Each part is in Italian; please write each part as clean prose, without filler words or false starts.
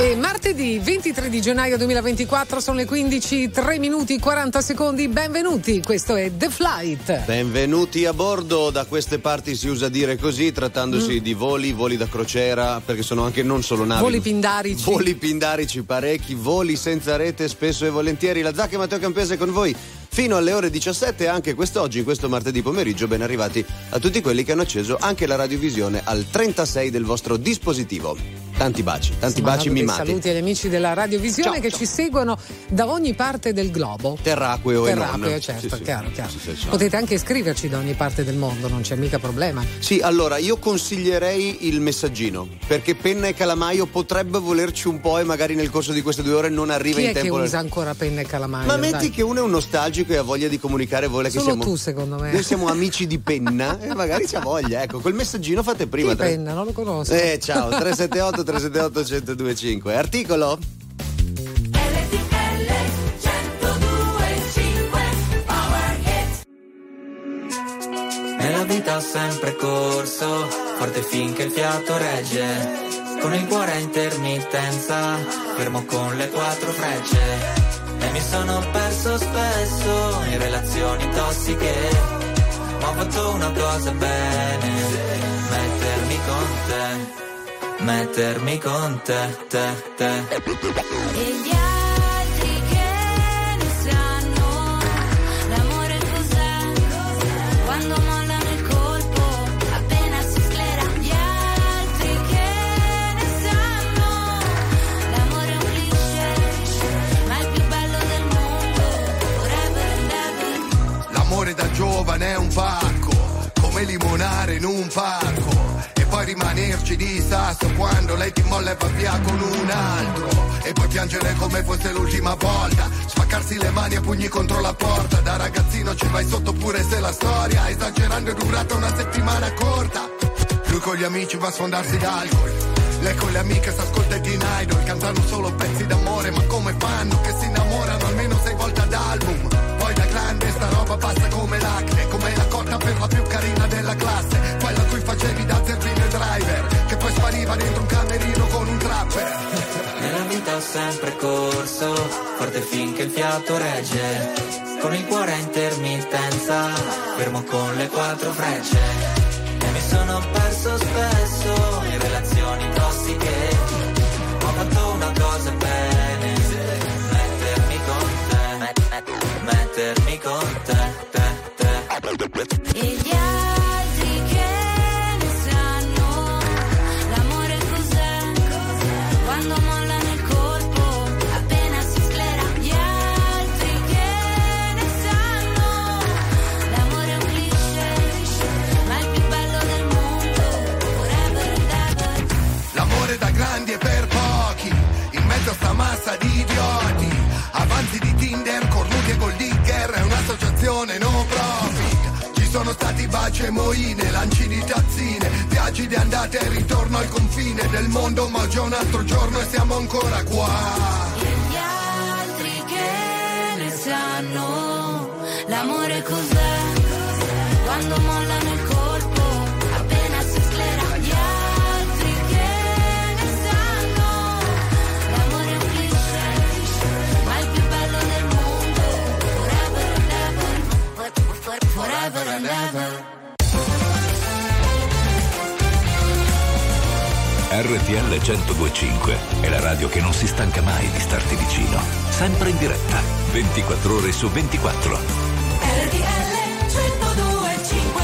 E martedì 23 di gennaio 2024 sono le 15, 3 minuti 40 secondi. Benvenuti, questo è The Flight. Benvenuti a bordo, da queste parti si usa dire così, trattandosi di voli da crociera, perché sono anche non solo navi. Voli pindarici parecchi, voli senza rete spesso e volentieri. La Zacca e Matteo Campese con voi fino alle ore 17, anche quest'oggi, in questo martedì pomeriggio. Ben arrivati a tutti quelli che hanno acceso anche la radiovisione al 36 del vostro dispositivo. Tanti baci mimati. Saluti agli amici della radiovisione che ci seguono da ogni parte del globo. Terracqueo e non. Certo, sì, chiaro. Sì. Potete anche iscriverci da ogni parte del mondo, non c'è mica problema. Sì, allora io consiglierei il messaggino, perché Penna e Calamaio potrebbe volerci un po' e magari nel corso di queste 2 ore non arriva in tempo. Chi è che usa ancora Penna e Calamaio? Ma metti che uno è un nostalgico e ha voglia di comunicare, vuole che Solo tu, secondo me. Noi siamo amici di Penna e magari c'ha voglia, ecco, quel messaggino fate prima. Penna, non lo conosco. Ciao, 378 1025. Articolo? Nella vita ho sempre corso, forte finché il fiato regge, con il cuore a intermittenza, fermo con le 4 frecce. E mi sono perso spesso in relazioni tossiche, ma ho fatto una cosa bene, mettermi con te. E gli altri che ne sanno, l'amore cos'è, quando mollano il colpo, appena si sclera. Gli altri che ne sanno, l'amore è un cliché, ma è il più bello del mondo, forever and ever. L'amore da giovane è un parco, come limonare in un parco, e poi rimanerci di sasso quando lei ti molla e va via con un altro, e poi piangere come fosse l'ultima volta, spaccarsi le mani a pugni contro la porta. Da ragazzino ci vai sotto pure se la storia esagerando è durata una settimana corta. Lui con gli amici va a sfondarsi d'alcol, lei con le amiche s'ascolta i Teen Idol, cantano solo pezzi d'amore, ma come fanno che si innamorano almeno 6 volte ad album. Poi da grande sta roba passa come l'acne, come la cotta per la più carina della classe, quella a cui facevi da zerbino e driver, che poi spariva dentro un camerino con un trapper. Nella vita ho sempre corso, forte finché il fiato regge, con il cuore a intermittenza, fermo con le 4 frecce. E mi sono perso spesso in relazioni tossiche, ho fatto una cosa bene, mettermi con te. E gli altri che ne sanno, l'amore cos'è, quando mollano il colpo, appena si sclera. Gli altri che ne sanno, l'amore è un cliché, ma è il più bello del mondo, forever and ever. L'amore da grandi e per pochi, in mezzo a sta massa di idioti, avanzi di Tinder, cornuti e gold digger, è un'associazione no profit. Ci sono stati baci e moine, lanci di tazzine, viaggi di andata e ritorno al confine del mondo, ma oggi è un altro giorno e siamo ancora qua. E gli altri che ne sanno, l'amore cos'è, quando mollano il colpo, appena si sclera. Gli altri che ne sanno, l'amore è un cliché, ma è il più bello del mondo, forever and ever, forever and ever. RTL 1025 è la radio che non si stanca mai di starti vicino, sempre in diretta, 24 ore su 24. RTL 1025.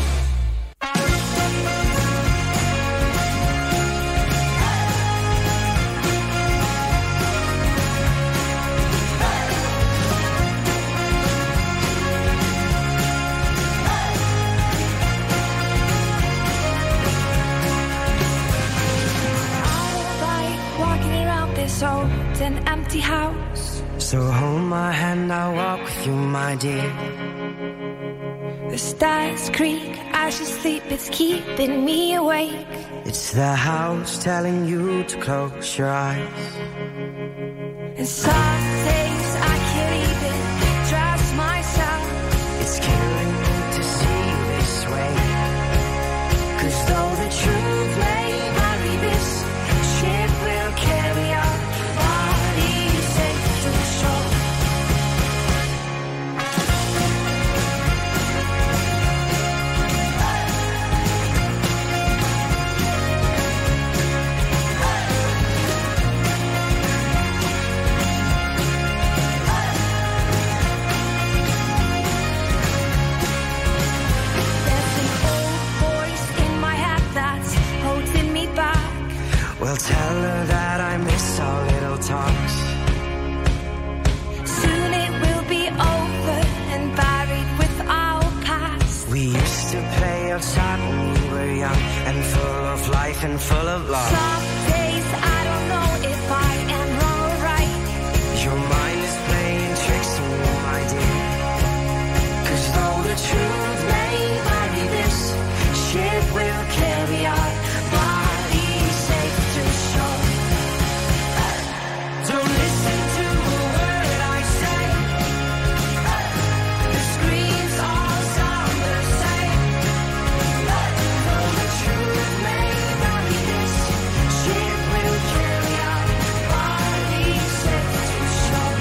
Old and empty house. So hold my hand, I'll walk with you, my dear. The stars creak as you sleep, it's keeping me awake. It's the house telling you to close your eyes. And some days I can't even trust myself. It's killing me to see you this way. 'Cause though the truth may vary, this ship will carry on. I'll tell her that I miss our little talks. Soon it will be over and buried with our past. We used to play outside when we were young and full of life and full of love. Some days I don't know if I am wrong or right. Your mind is playing tricks on you, my dear. 'Cause though the truth may vary, this ship will carry our bodies safe to shore. Don't listen to a word I say. The screams all sound the same. Though the truth may vary, this ship will carry our bodies safe to shore.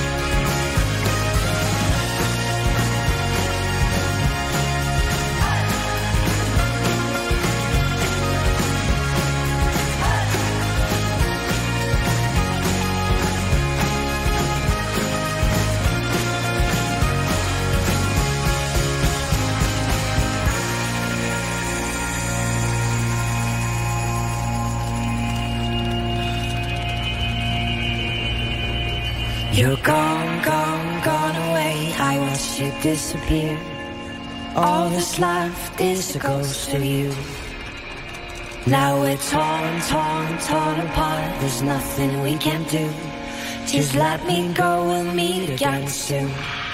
You're gone, gone, gone away. I watched you disappear. All that's left is a ghost of you. Now we're torn, torn, torn apart. There's nothing we can do. Just let me go, we'll meet again soon.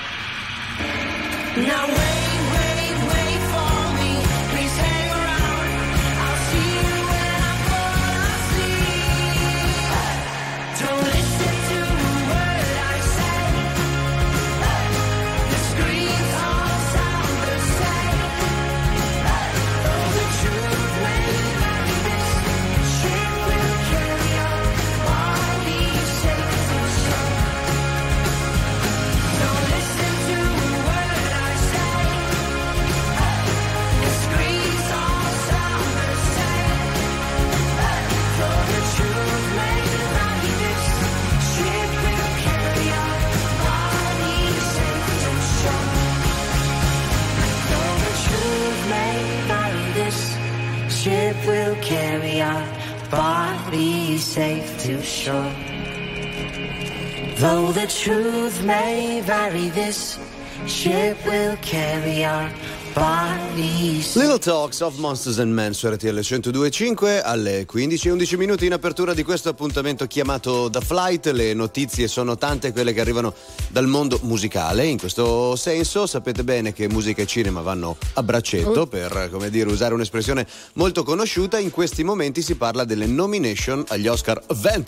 Now wait, wait, wait for me. Please hang around. I'll see you when I'm gonna sleep. Don't listen to a word I say. The screams all sound the same. Though the truth may vary, this ship will carry our bodies safe to shore. Don't listen to a word I say. The screams all sound the same. Though the truth may vary, this ship will carry our bodies safe to shore. Though the truth may vary, this ship will carry our bodies safe to shore. Though the truth may vary, this ship will carry our bodies. Little Talks of Monsters and Men su RTL 102.5 alle 15:11 minuti in apertura di questo appuntamento chiamato The Flight. Le notizie sono tante, quelle che arrivano dal mondo musicale. In questo senso sapete bene che musica e cinema vanno a braccetto, per, come dire, usare un'espressione molto conosciuta. In questi momenti si parla delle nomination agli Oscar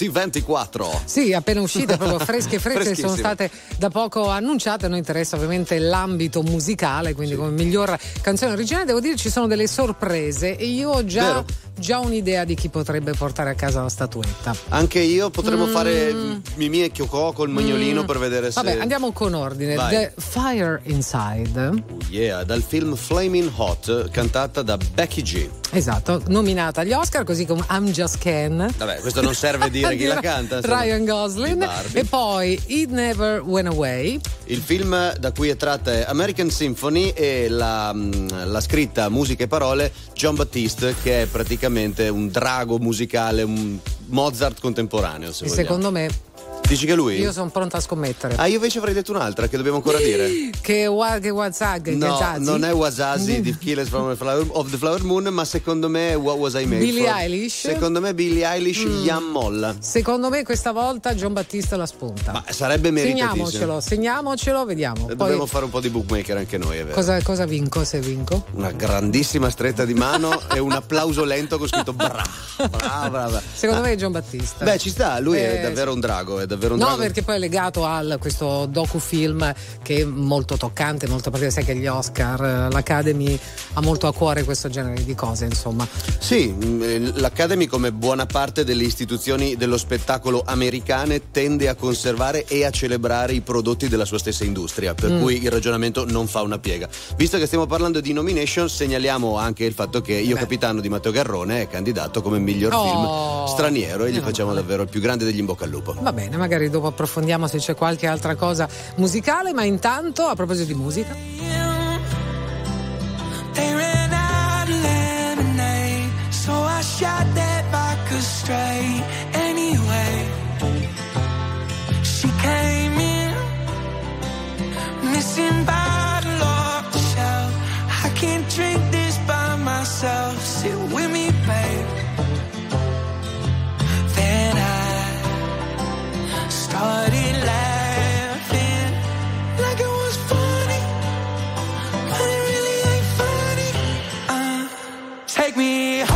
2024. Sì, appena uscite, proprio fresche, sono state da poco annunciate. A noi interessa ovviamente l'ambito musicale, quindi come miglior canzone originale. Devo dire ci sono delle sorprese e io ho già un'idea di chi potrebbe portare a casa la statuetta. Anche io potremmo fare Mimì e Chiocò col Magnolino per vedere se... Vabbè, andiamo con ordine. Vai. The Fire Inside. Yeah, dal film Flaming Hot, cantata da Becky G. Esatto, nominata agli Oscar, così come I'm Just Ken. Vabbè, questo non serve dire chi la canta. Ryan Gosling. E poi It Never Went Away. Il film da cui è tratta è American Symphony e la scritta, musica e parole, John Baptiste, che è praticamente un drago musicale, un Mozart contemporaneo, se vogliamo. Secondo me Dici che lui? Io sono pronta a scommettere. Io invece avrei detto un'altra che dobbiamo ancora dire. Che Wazag. No, non è Wasazi di Killers from the Flower Moon, ma secondo me è What Was I Made Billie For. Eilish. Secondo me Billie Eilish Yam Molla. Secondo me questa volta John Battista la spunta. Ma sarebbe meritatissimo. Segniamocelo, vediamo. Dobbiamo Poi fare un po' di bookmaker anche noi, è vero. Cosa vinco se vinco? Una grandissima stretta di mano e un applauso lento con scritto brava. Secondo me è John Battista. Beh, ci sta, lui è davvero un drago, No, perché poi è legato a questo docufilm che è molto toccante, molto particolare. Sai che gli Oscar, l'Academy ha molto a cuore questo genere di cose, insomma. Sì, l'Academy, come buona parte delle istituzioni dello spettacolo americane, tende a conservare e a celebrare i prodotti della sua stessa industria, per cui il ragionamento non fa una piega. Visto che stiamo parlando di nomination, segnaliamo anche il fatto che Io Capitano di Matteo Garrone è candidato come miglior film straniero e gli facciamo davvero il più grande degli in bocca al lupo. Va bene, magari dopo approfondiamo se c'è qualche altra cosa musicale, ma intanto, a proposito di musica, So I shot that vodka straight sit with me, babe. Then I started laughing like it was funny, but it really ain't funny. Take me home.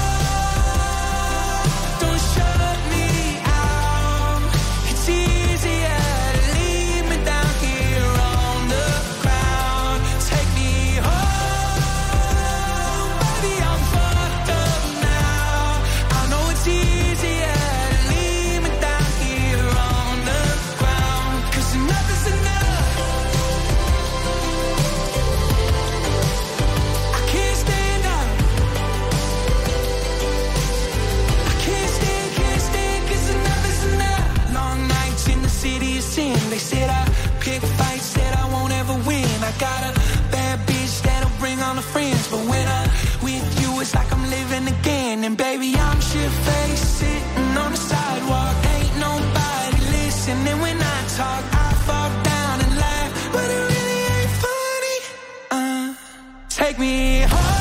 They said I pick fights, said I won't ever win. I got a bad bitch that'll bring all the friends, but when I'm with you, it's like I'm living again. And baby, I'm shit-faced, sitting on the sidewalk. Ain't nobody listening when I talk. I fall down and laugh, but it really ain't funny. Take me home.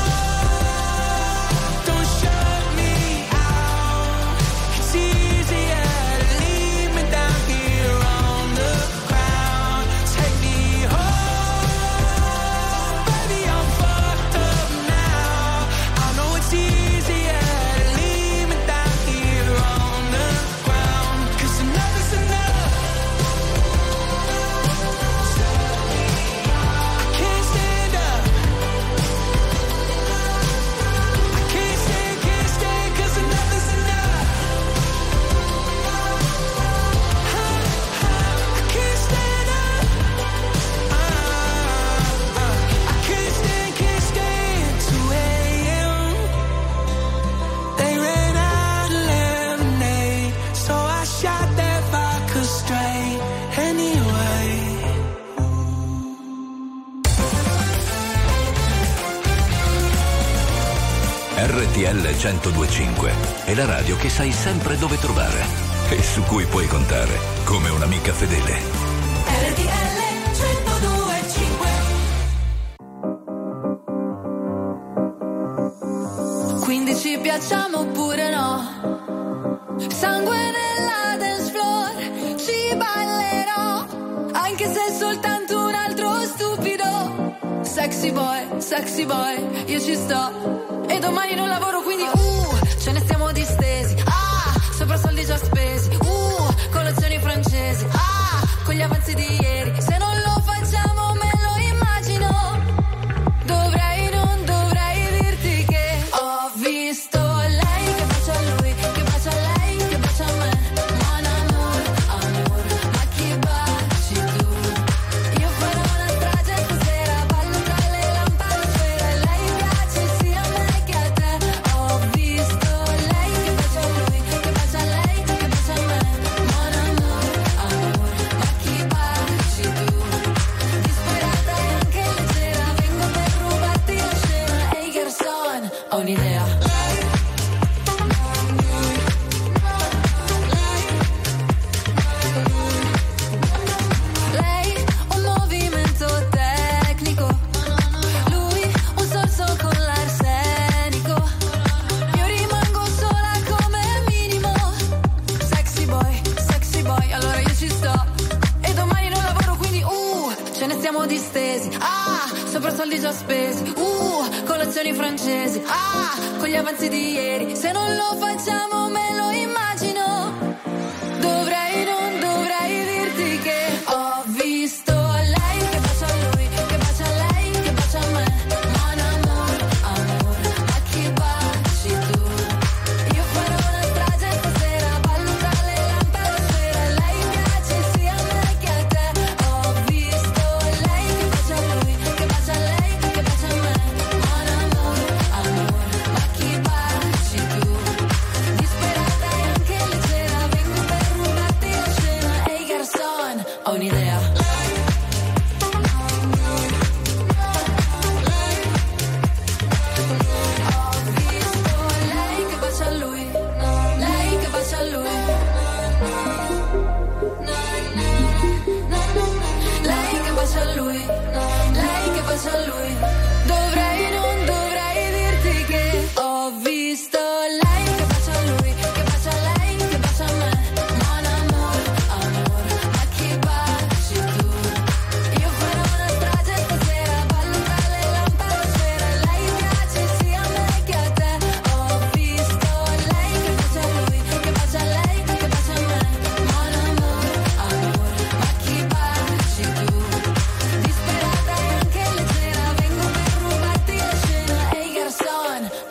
RTL 102.5 è la radio che sai sempre dove trovare e su cui puoi contare come un'amica fedele. RTL 102.5. Quindi ci piacciamo oppure no? Sangue nella dance floor, ci ballerò, anche se è soltanto un altro stupido. Sexy boy, io ci sto. E domani non lavoro, quindi ce ne stiamo distesi. Sopra soldi già spesi. Colazioni francesi. Con gli avanzi di ieri. Se non lo facciamo me lo immagino. Non dovrei dirti che ho visto lei che bacia a lui, che bacia a lei, che bacia a me. Mon amour, ma chi baci tu? Io farò una strage stasera, ballo tra le lampadosfere. Lei piace sia a me che a te. Ho visto lei che bacia a lui, che bacia a lei, che bacia a me. Mon amour, ma chi baci tu? Disperata e anche leggera, vengo per rubarti la scena. Ehi garçon, ho un'idea. Lei un movimento tecnico, lui un sorso con l'arsenico. Io rimango sola come minimo. Sexy boy, allora io ci sto. E domani non lavoro, quindi ce ne stiamo distesi. Sopra soldi già spesi. Colazioni francesi. Con gli avanzi di ieri. Se non lo facciamo me lo immagino. Non dovrei dirti che ho visto lei che bacia a lui, che bacia a lei, che bacia a me. Mon amour, ma chi baci tu? Io farò una strage stasera, ballo tra le lampadosfere. Lei piace sia a me che a te. Ho visto lei che bacia a lui, che bacia a lei, che bacia a me. Mon amour, ma chi baci tu? Disperata e anche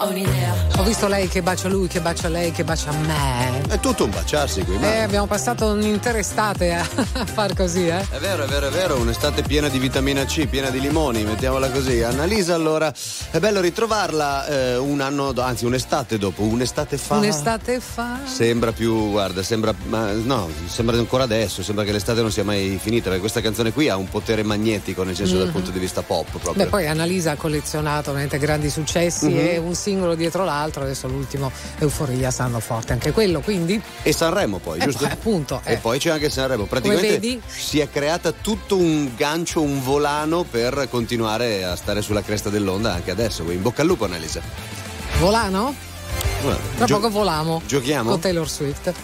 ho un'idea. Ho visto lei che bacia lui, che bacia lei, che bacia me. È tutto un baciarsi qui. Abbiamo passato un'intera estate a far così, eh? È vero, un'estate piena di vitamina C, piena di limoni, mettiamola così. Annalisa, allora, è bello ritrovarla un'estate dopo, un'estate fa. Sembra più, guarda, sembra ancora adesso, sembra che l'estate non sia mai finita, perché questa canzone qui ha un potere magnetico, nel senso dal punto di vista pop proprio. Beh, poi Annalisa ha collezionato veramente grandi successi e un singolo dietro l'altro, adesso l'ultimo Euforia stanno forte anche quello, quindi. E Sanremo poi, giusto? Appunto. E poi c'è anche Sanremo, praticamente si è creata tutto un gancio, un volano per continuare a stare sulla cresta dell'onda anche adesso, in bocca al lupo Annalisa. Volano? Tra poco volamo. Giochiamo? Con Taylor Swift.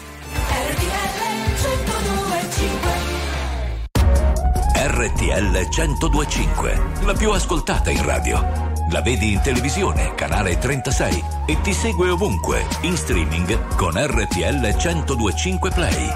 RTL 102.5, la più ascoltata in radio. La vedi in televisione, canale 36 e ti segue ovunque, in streaming con RTL 102.5 Play.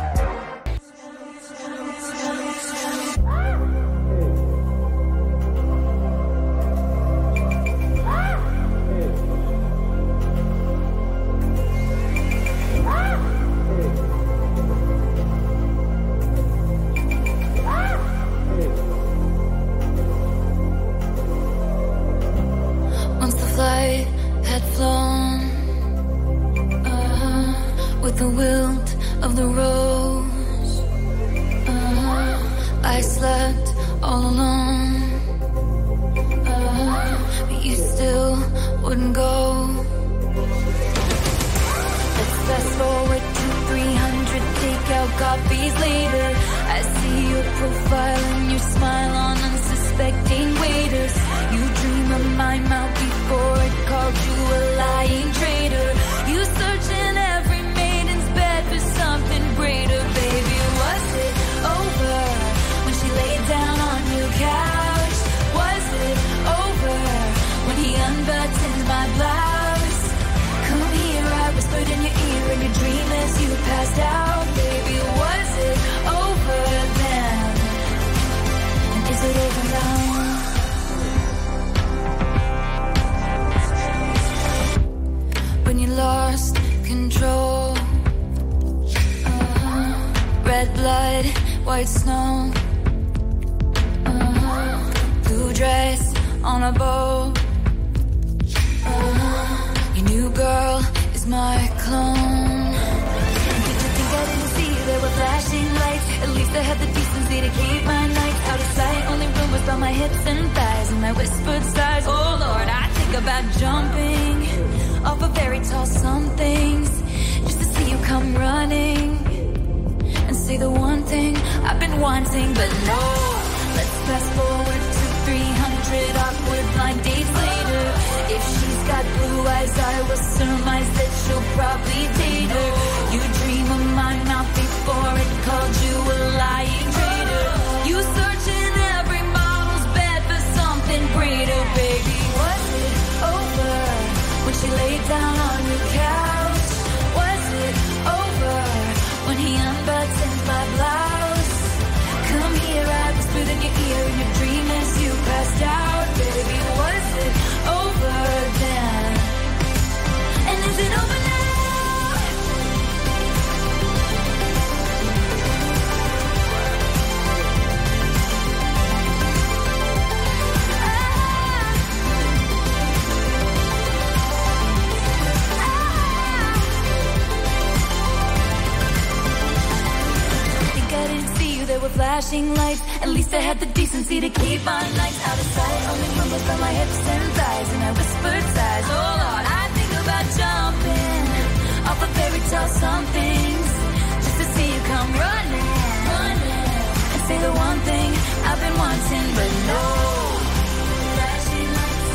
Flashing lights, at least I had the decency to keep my nights out of sight. Only rumbles from my hips and thighs, and I whispered sighs. Oh Lord, I think about jumping off a fairy tale somethings, just to see you come running, and say the one thing I've been wanting, but no. Flashing lights.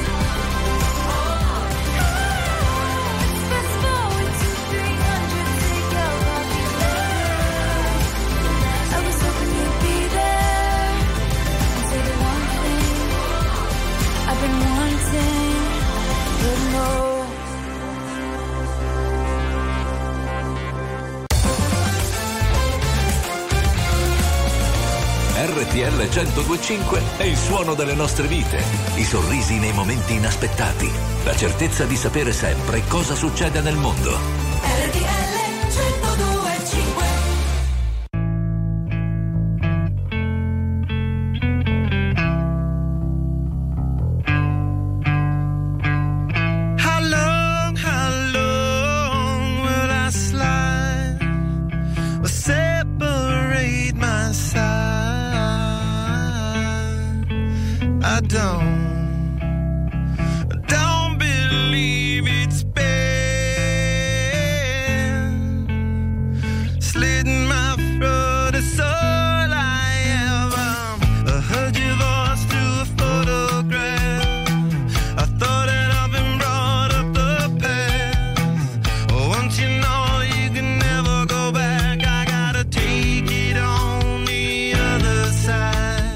Let's fast forward to 300, take out all these letters. I was hoping you'd be there and say the one thing I've been wanting. RTL 102.5 è il suono delle nostre vite, i sorrisi nei momenti inaspettati, la certezza di sapere sempre cosa succede nel mondo. RTL 102.5. Don't believe it's been slitting my throat. It's all I ever heard your voice through a photograph. I thought that I've been brought up the past. Once you know you can never go back, I gotta take it on the other side.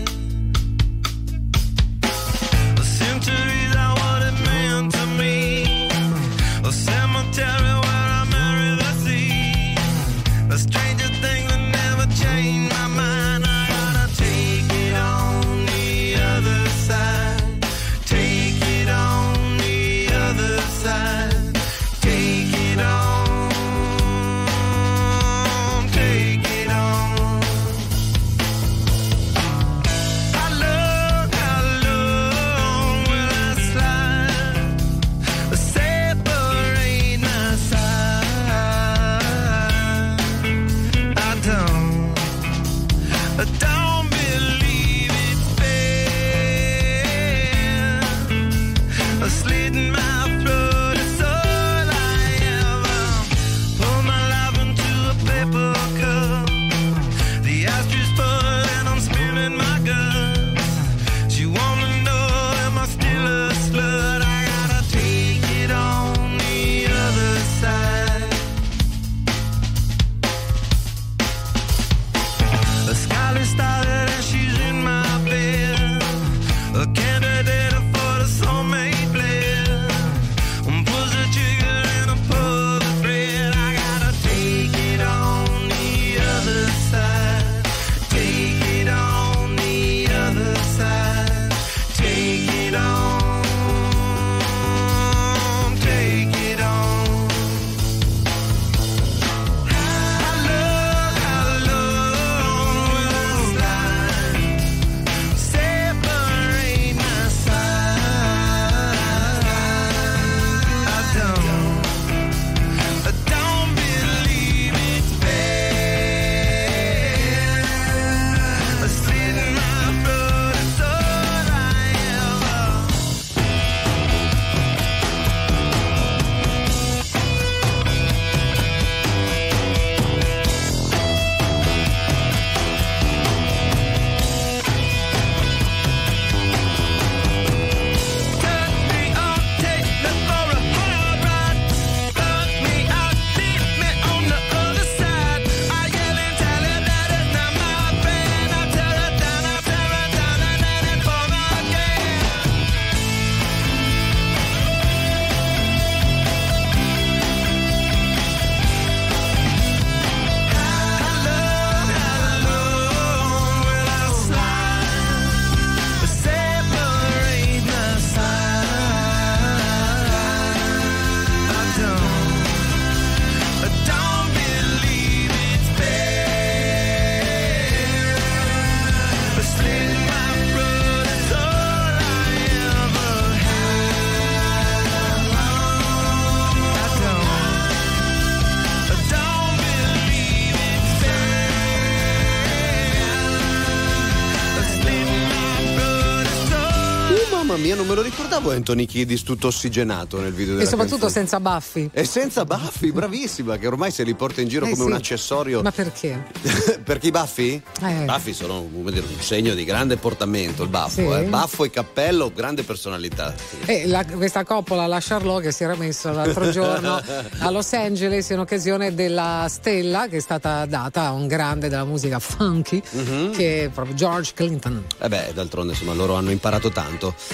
Mamma mia, non me lo ricordavo Anthony Kiedis tutto ossigenato nel video della E soprattutto canzone. senza baffi. E senza baffi, bravissima, che ormai se li porta in giro come sì. un accessorio. Ma perché? Perché i baffi? I baffi sono come dire, un segno di grande portamento, il baffo, sì. Baffo e cappello, grande personalità. Questa coppola, la Charlotte, che si era messa l'altro giorno a Los Angeles in occasione della stella che è stata data a un grande della musica funky, che è proprio George Clinton. D'altronde insomma loro hanno imparato tanto. Infatti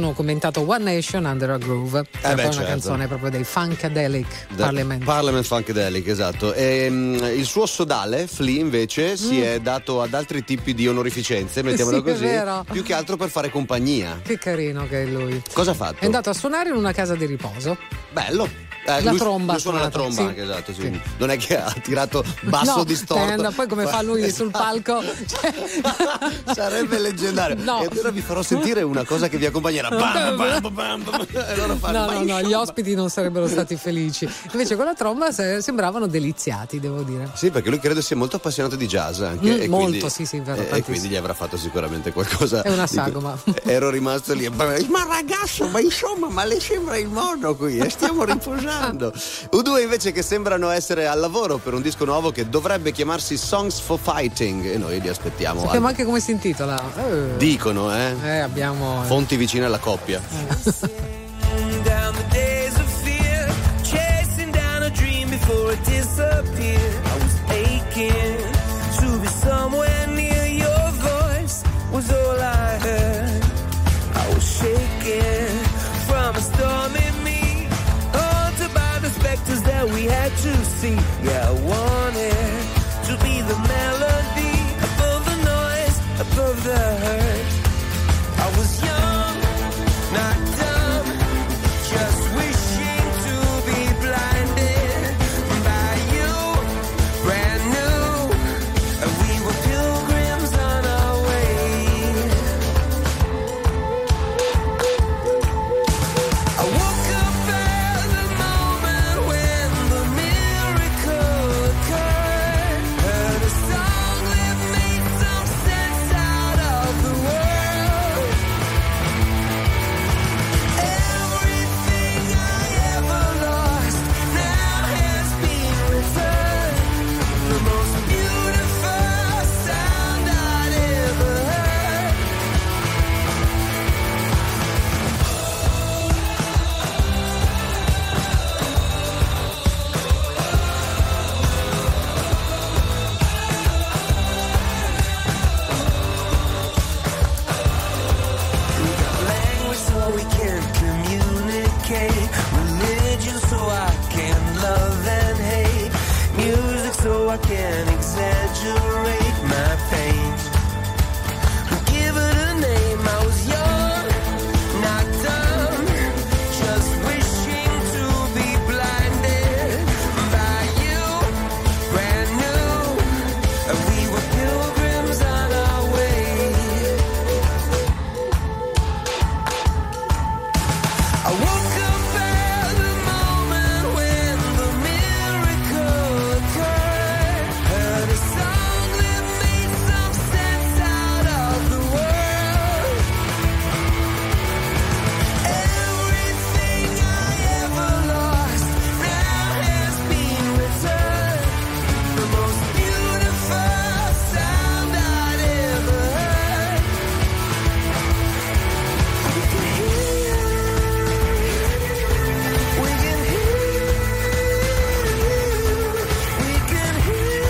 hanno commentato One Nation Under a Groove, che è una canzone proprio dei Funkadelic Parliament Funkadelic, esatto. E, il suo sodale Flea invece si è dato ad altri tipi di onorificenze, mettiamolo così, più che altro per fare compagnia. Che carino che è lui. Cosa ha fatto? È andato a suonare in una casa di riposo. Bello. La tromba. Lui suona la tromba, sì. Anche, esatto, sì. Non è che ha tirato basso distorto. Poi come fa lui sul palco? Sarebbe leggendario. No. E allora vi farò sentire una cosa che vi accompagnerà. No, gli ospiti non sarebbero stati felici. Invece con la tromba sembravano deliziati, devo dire. Sì, perché lui credo sia molto appassionato di jazz anche. Molto, sì, vero. E quindi gli avrà fatto sicuramente qualcosa. È una sagoma. Ero rimasto lì. Ma ragazzo, ma le sembra il modo qui? Stiamo riposando. U2 invece che sembrano essere al lavoro per un disco nuovo che dovrebbe chiamarsi Songs for Fighting e noi li aspettiamo. Sappiamo anche come si intitola. Dicono, abbiamo fonti vicine alla coppia. That we had to see. Yeah, I wanted to be the melody above the noise, above the hurt. I was young, not dumb, just wishing to be blinded by you, brand new, and we were pilgrims on our way. I woke up at the moment when the miracle occurred. Heard a song that made some sense out of the world. Everything I ever lost now has been returned. The most beautiful sound I'd ever heard. Language so we can communicate, religion so I can love and hate, music so I can exaggerate my pain. Give it a name, I was young, not dumb, just wishing to be blinded by you, brand new, and we were pilgrims on our way. I woke up at the moment when the miracle occurred. Heard a song that made some sense out of the world. Everything I ever lost now has been returned. The most beautiful sound I'd ever heard. We can hear. We can hear, we can hear.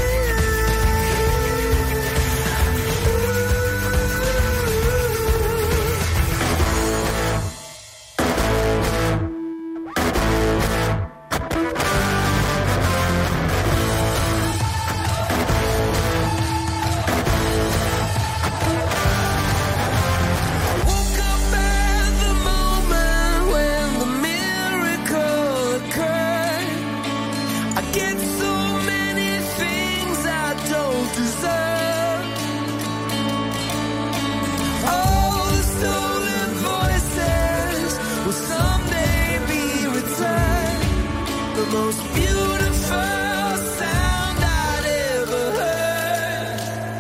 Woke up at the moment when the miracle occurred. I get so many things I don't deserve. All the stolen voices will someday be returned. The most beautiful sound I'd ever heard.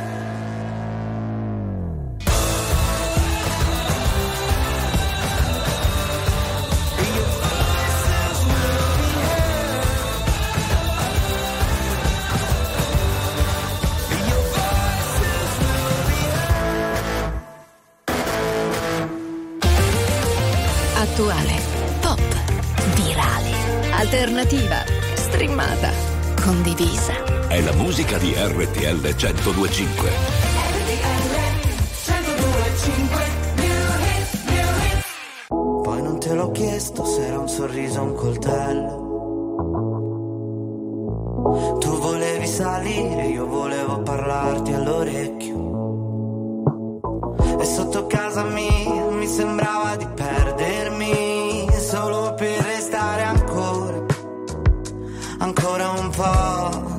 Your voices will be heard. Your voices will be heard. Attuale, pop, virale, alternativa, streamata, condivisa. È la musica di RTL 102.5. te l'ho chiesto se era un sorriso o un coltello. Tu volevi salire, io volevo parlarti all'orecchio. E sotto casa mia mi sembrava di perdermi, solo per restare ancora un po'.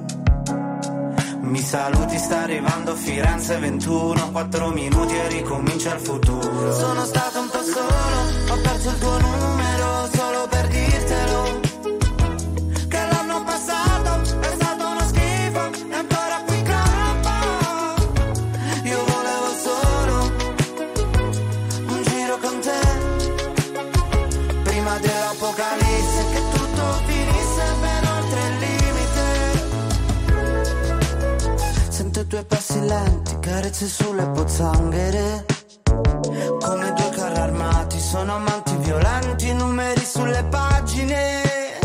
Mi saluti, sta arrivando Firenze 21, 4 minuti e ricomincia il futuro. Sono stato un po' solo, ho perso il tuo numero solo per dirtelo. Che l'anno passato è stato uno schifo e ancora qui campo. Io volevo solo un giro con te, prima dell'apocalisse, che tutto finisse ben oltre il limite. Sento i tuoi passi lenti, carezze sulle pozzanghere, come due carri armati, sono amanti violenti, numeri sulle pagine.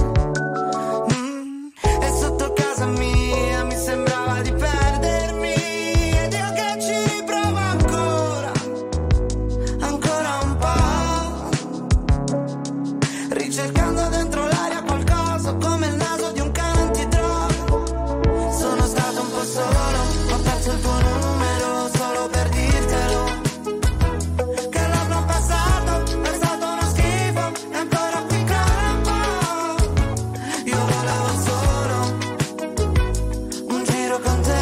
E sotto casa mia mi sembrava di perdermi, ed io che ci riprovo ancora un po', ricercando dentro l'aria qualcosa come il naso di un cane antidroga. Sono stato un po' solo, ho perso il tuo numero solo per dirtelo. Che l'anno passato è stato uno schifo e ancora qui campo. Io volevo solo un giro con te,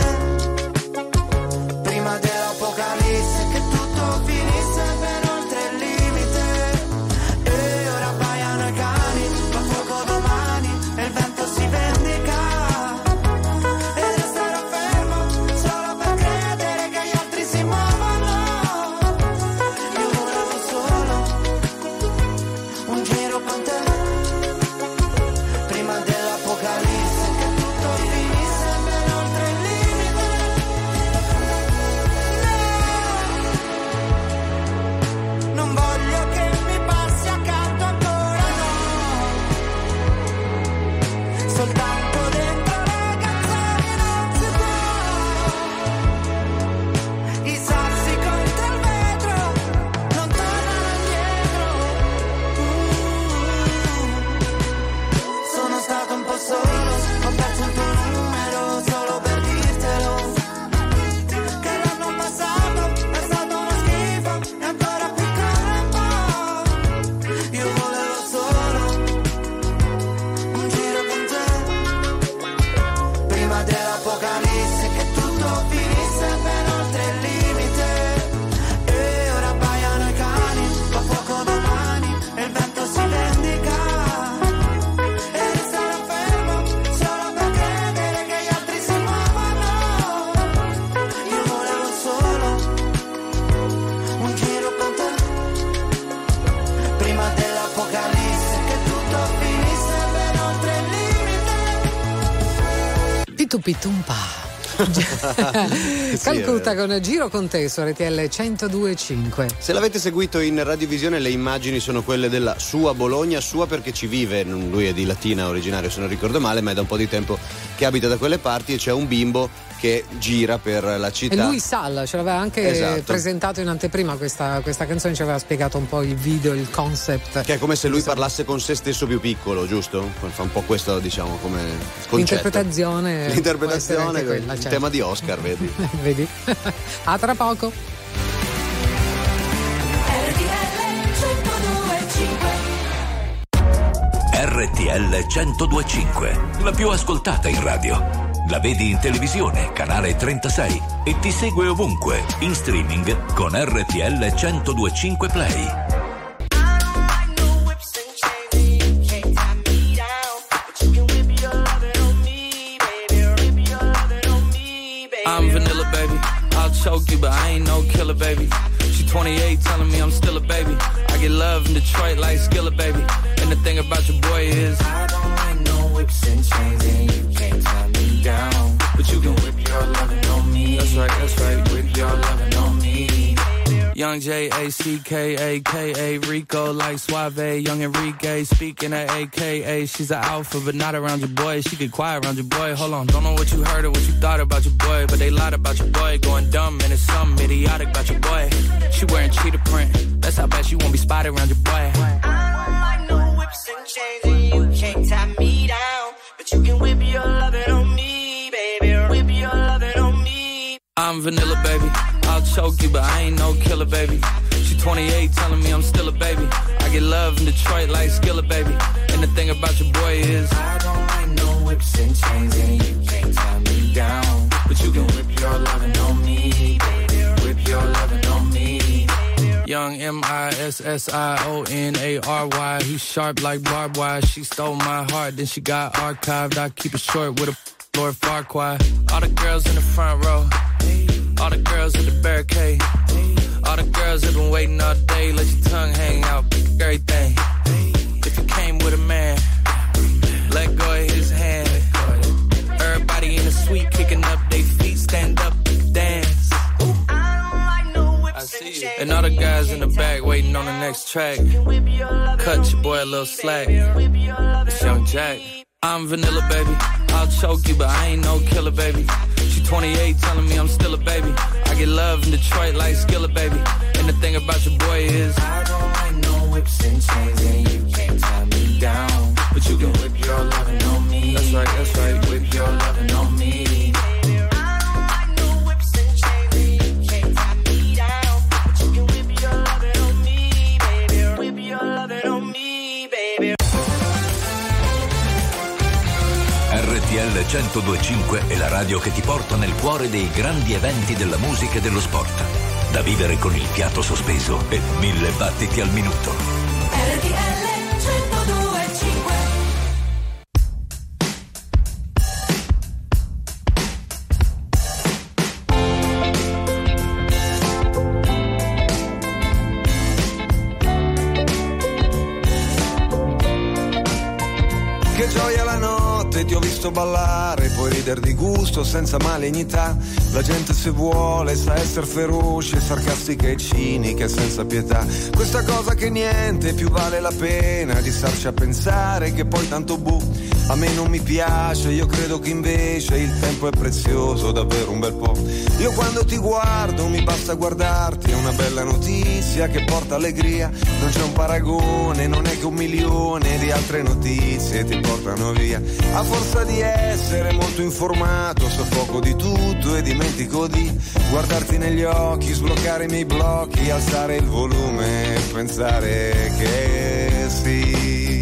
prima dell'apocalisse, che tutto finisse ben oltre il limite. E ora abbaiano i cani, fa fuoco domani e il vento si vendica. E resterò fermo solo per credere che gli altri si muovono. Io volevo solo un giro con te, prima dell'apocalisse, che tutto finisse ben oltre il limite. No, non voglio che mi passi accanto ancora, no. Soltanto dentro le canzoni non si può. I sassi contro il vetro non tornano indietro. Sono stato un po' solo, ho perso il tuo numero solo per dirtelo. Che l'anno passato è stato uno schifo e ancora qui campo. Io volevo solo un giro con te, prima dell'apocalisse, che tutto finisse ben oltre il limite. E ora abbaiano i cani, fa fuoco domani e il vento si vendica. E resterò fermo solo per credere che gli altri si muovono. Io volevo solo un giro con te, prima dell'apocalisse, che tutto finisse ben oltre il limite. Pitu pitumpa. Calcutta con Giro con te su RTL 102.5. Se l'avete seguito in radiovisione, le immagini sono quelle della sua Bologna, sua perché ci vive, lui è di Latina originario se non ricordo male, ma è da un po' di tempo che abita da quelle parti, e c'è un bimbo che gira per la città. E lui Sal ce l'aveva anche presentato in anteprima questa canzone, ci aveva spiegato un po' il video, il concept. Che è come se lui parlasse con se stesso più piccolo, giusto? Fa un po' questo, diciamo, come concetto. L'interpretazione quella, il certo. tema di Oscar, vedi? Vedi? A tra poco. RTL 102.5, la più ascoltata in radio. La vedi in televisione, canale 36, e ti segue ovunque, in streaming con RTL 102.5 Play. I'm vanilla, baby. I'll choke you, but I ain't no killer, baby. She 28, telling me I'm still a baby. I get love in Detroit like Skillet, baby. And the thing about your boy is I don't like no whips and chains, and you can't tie me down. But you can whip your lovin' on me. That's right, whip your lovin' on me. Young J-A-C-K-A-K-A, Rico like Suave, young Enrique, speaking at AKA. She's an alpha, but not around your boy. She get quiet around your boy. Hold on, don't know what you heard or what you thought about your boy, but they lied about your boy. Going dumb, and it's something idiotic about your boy. She wearing cheetah print, that's how bad she won't be spotted around your boy. I'm vanilla, baby. I'll choke you, but I ain't no killer, baby. She 28, telling me I'm still a baby. I get love in Detroit like Skillet, baby. And the thing about your boy is I don't like no whips and chains, and you can't tie me down. But you can whip your lovin' on me, baby. Whip your lovin' on me. Young MISSIONARY. He's sharp like barbed wire. She stole my heart, then she got archived. I keep it short with a Lord Farquaad. All the girls in the front row, all the girls at the barricade, all the girls have been waiting all day. Let your tongue hang out, everything. If you came with a man, let go of his hand. Everybody in the suite kicking up their feet, stand up, dance. I see you. And all the guys in the back waiting on the next track. Cut your boy a little slack. It's Young Jack. I'm vanilla, baby. I'll choke you, but I ain't no killer, baby. She 28, telling me I'm still a baby. I get love in Detroit like Skillet, baby. And the thing about your boy is I don't like no whips and chains, and you can't tie me down. But you can whip your lovin' on me. That's right, that's right. Whip your lovin' on me. RTL 102.5 è la radio che ti porta nel cuore dei grandi eventi della musica e dello sport. Da vivere con il fiato sospeso e 1000 battiti al minuto. RTL 102.5. Che gioia la notte, ti ho visto ballare, puoi ridere di gusto senza malignità. La gente se vuole sa essere feroce, sarcastica e cinica e senza pietà. Questa cosa che niente più vale la pena di starci a pensare che poi tanto a me non mi piace, io credo che invece il tempo è prezioso, davvero un bel po'. Io quando ti guardo mi basta guardarti, è una bella notizia che porta allegria. Non c'è un paragone, non è che 1 milione di altre notizie ti portano via. A forza di essere molto informato, so poco di tutto e dimentico di guardarti negli occhi, sbloccare i miei blocchi, alzare il volume e pensare che sì,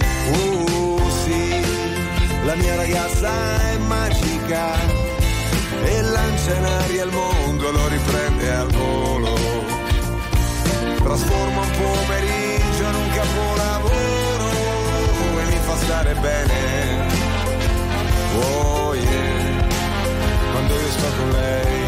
la mia ragazza è magica e lancia in aria il mondo, lo riprende al volo, trasforma un pomeriggio in un capolavoro e mi fa stare bene, oh yeah, quando io sto con lei.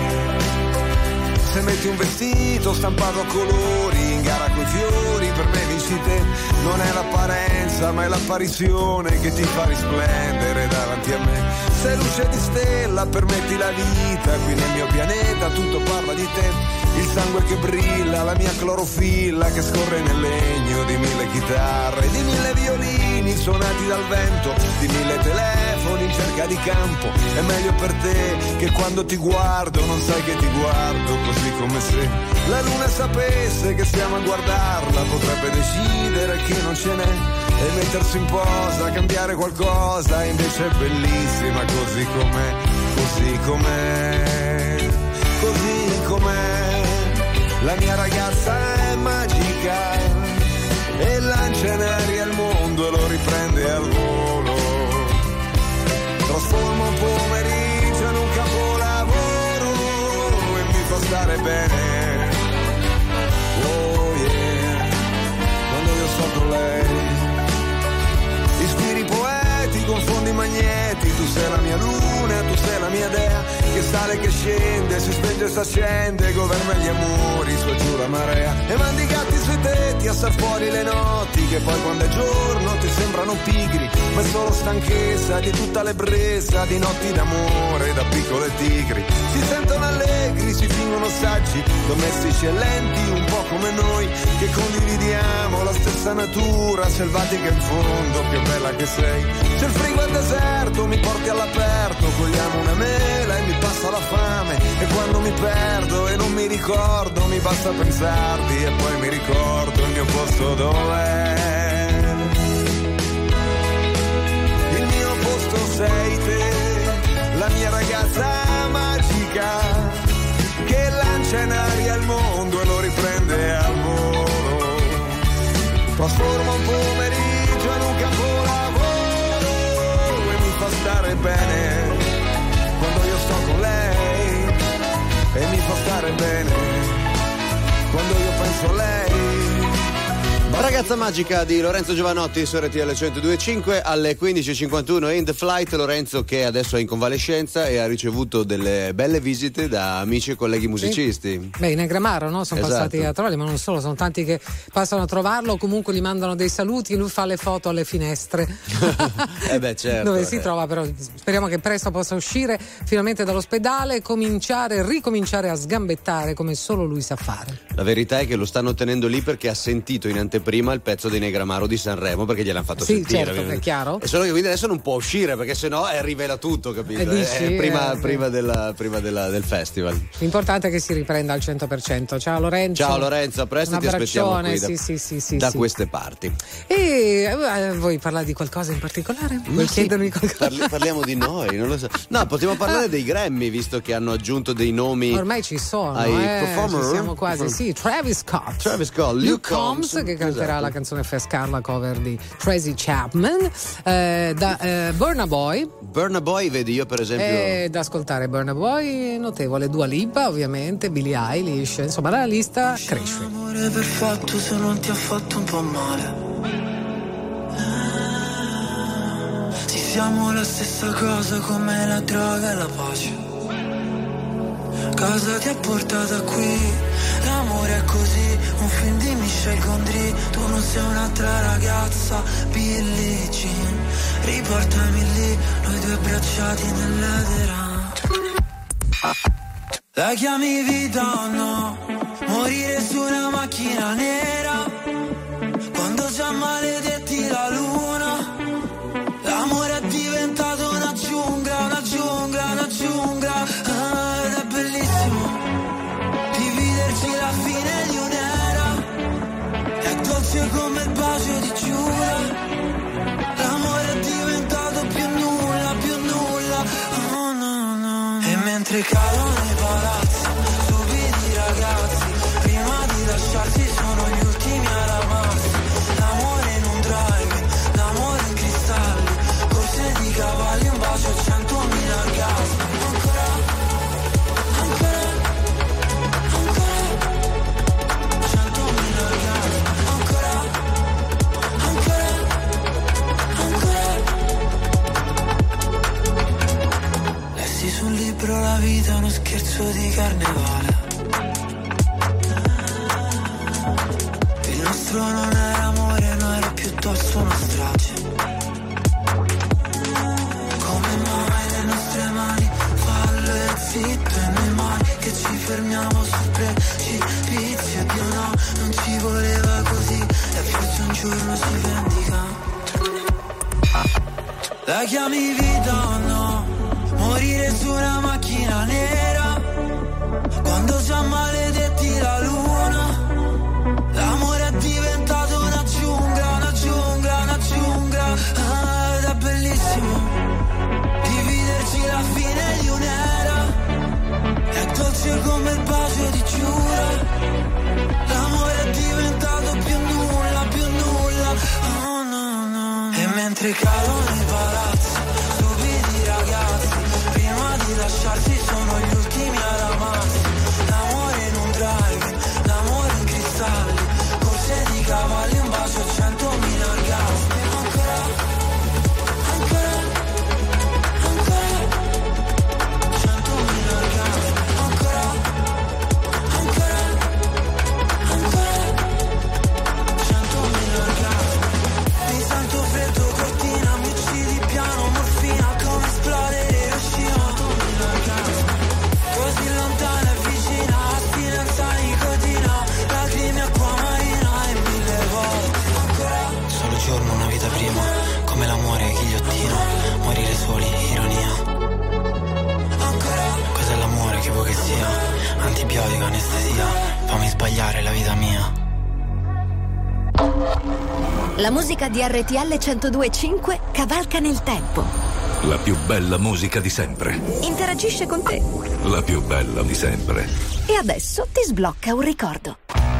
Se metti un vestito stampato a colori, in gara coi fiori, per me vinci te. Non è l'apparenza ma è l'apparizione che ti fa risplendere davanti a me. Sei luce di stella, permetti la vita, qui nel mio pianeta tutto parla di te. Il sangue che brilla, la mia clorofilla che scorre nel legno di 1000 chitarre, di 1000 violini suonati dal vento, di 1000 telefoni in cerca di campo. È meglio per te che quando ti guardo non sai che ti guardo, così come se la luna sapesse che stiamo a guardarla, potrebbe decidere che non ce n'è e mettersi in posa, cambiare qualcosa, invece è bellissima così com'è, così com'è, così com'è. La mia ragazza è magica e lancia in aria il mondo e lo riprende al volo, trasforma un pomeriggio in un capolavoro e mi fa stare bene, oh yeah, quando io sto con lei. Ispiri poeti, confondi magneti, tu sei la mia luna, tu sei la mia dea, che sale, che scende, si spenge e si accende, governa gli amori, su e giù la marea, e mandi i gatti sui tetti a star fuori le notti, che poi quando è giorno ti sembrano pigri, ma è solo stanchezza di tutta l'ebbrezza di notti d'amore da piccole tigri. Si sentono allegri, si fingono saggi, domestici e lenti, un po' come noi, che condividiamo la stessa natura, selvatica in fondo, più bella che sei. Se il frigo è deserto mi porti all'aperto, cogliamo una mela e mi passa la fame, e quando mi perdo e non mi ricordo mi basta pensarti e poi mi ricordo il mio posto dov'è. Il mio posto sei te, la mia ragazza magica mondo e lo riprende al volo. Trasforma un pomeriggio in un capolavoro e mi fa stare bene quando io sto con lei, e mi fa stare bene quando io penso a lei. Ragazza magica di Lorenzo Giovanotti su RTL 102.5 alle 15.51 in The Flight. Lorenzo che adesso è in convalescenza e ha ricevuto delle belle visite da amici e colleghi musicisti. Sì. Beh, in Negramaro, no? Sono passati a trovarli, ma non solo, sono tanti che passano a trovarlo, comunque gli mandano dei saluti, lui fa le foto alle finestre certo, dove si trova, però speriamo che presto possa uscire finalmente dall'ospedale e ricominciare a sgambettare come solo lui sa fare. La verità è che lo stanno tenendo lì perché ha sentito in anteprima il pezzo di Negramaro di Sanremo, perché gliel'hanno fatto sentire. Certo, è chiaro. E solo che quindi adesso non può uscire perché sennò rivela tutto, capito? Prima del festival. L'importante è che si riprenda al 100%. Ciao Lorenzo. Ciao Lorenzo, a presto, ti aspettiamo qui da queste parti. E vuoi parlare di qualcosa in particolare? Vuoi chiedermi qualcosa? Parliamo di noi, non lo so. No, possiamo parlare dei Grammy, visto che hanno aggiunto dei nomi. Ormai ci sono, performer. Ci siamo quasi, sì. Travis Scott, Luke Combs, che canterà la canzone Fast Car, la cover di Tracy Chapman, da Burna Boy. Burna Boy, vedi, io per esempio da ascoltare Burna Boy, notevole. Dua Lipa, ovviamente, Billie Eilish, insomma la lista cresce. L'amore perfetto se non ti ha fatto un po' male. Sì, siamo la stessa cosa come la droga e la pace. Cosa ti ha portato qui? L'amore è così, un film di Michel Gondry. Tu non sei un'altra ragazza, Billie Jean. Riportami lì, noi due abbracciati nell'edera. La chiami vita o no? Morire su una macchina nera quando già maledetti la luna. L'amore è diventato una giungla, una giungla, una giungla. Ed è bellissimo dividerci la fine di un'era. È dolce come il bacio di Giura. L'amore è diventato più nulla, più nulla. Oh no, no. E mentre cadono i palazzi, stupidi ragazzi, prima di lasciarsi sono gli ultimi a ramarsi. L'amore in un drive, l'amore in cristalli, corse di cavalli, un bacio a 100.000 orgasmi. Ancora, ancora, ancora, 100.000 orgasmi. Ancora, ancora, ancora. Lessi sul libro La vita è uno scherzo di carnevale. Il nostro non era amore, no, era piuttosto una strage. Come mai le nostre mani fallo e zitto e noi mai che ci fermiamo sul precipizio. Dio no, non ci voleva così e forse un giorno si vendica. La chiami vita o no? Morire su una macchina nera quando già maledetti la luna. L'amore è diventato una giungla, una giungla, una giungla. Ed è bellissimo dividerci la fine di un'era. È dolce come il bacio di Giura. L'amore è diventato più nulla, più nulla. Oh no, no. E mentre cadono i palazzi, stupidi ragazzi, prima di lasciarsi sono gli ultimi a ramarsi. L'amore in un drive, l'amore in cristalli, corse di cavalli, un bacio a 100.000 orgasmi. Ancora, ancora, ancora, 100.000 orgasmi. Ancora, ancora, ancora, 100.000 orgasmi. Mi sento freddo, cortina, mi uccidi piano, morfina, come esplodere Hiroshima. 100.000 orgasmi. Così lontana e vicina, astinenza, nicotina, lacrime, acqua marina e 1000 volte. Ancora. Solo giorno, una vita prima, come l'amore, ghigliottina, morire soli, ironia. Ancora. Cos'è l'amore, che vuoi che sia? Antibiotico, anestesia, fammi sbagliare la vita mia. La musica di RTL 102.5 cavalca nel tempo. La più bella musica di sempre. Interagisce con te. La più bella di sempre. E adesso ti sblocca un ricordo.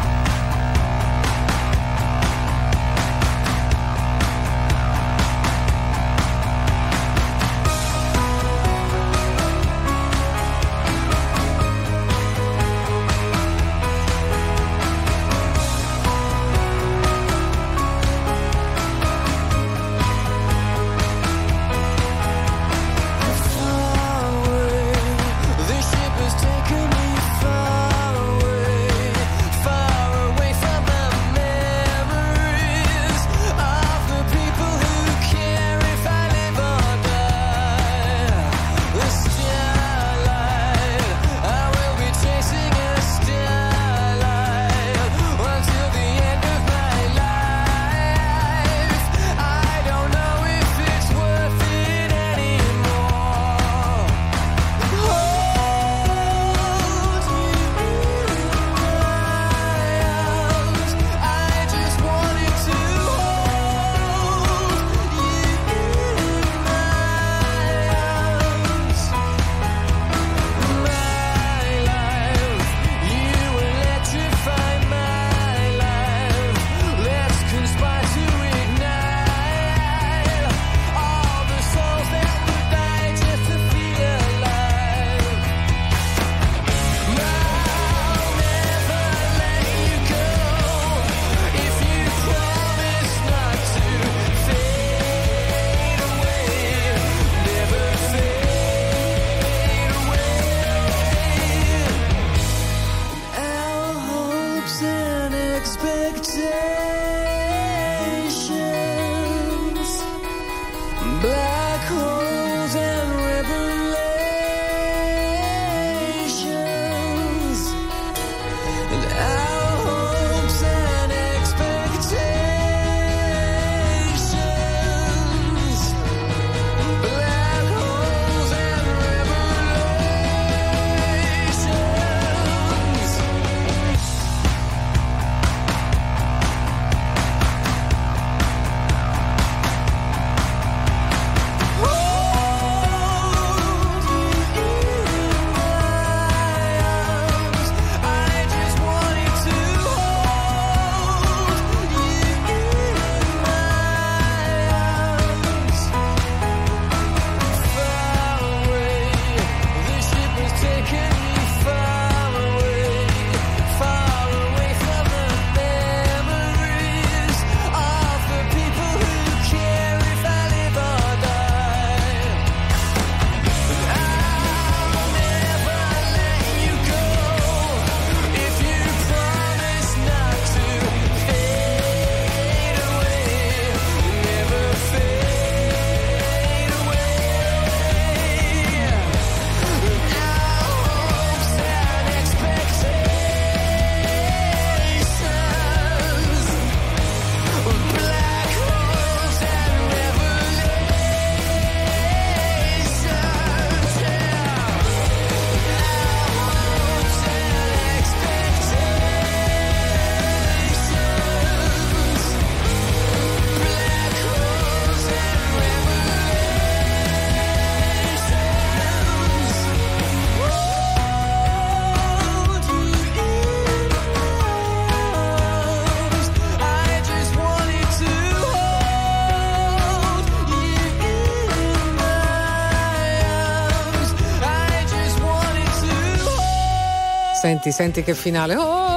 Senti che finale.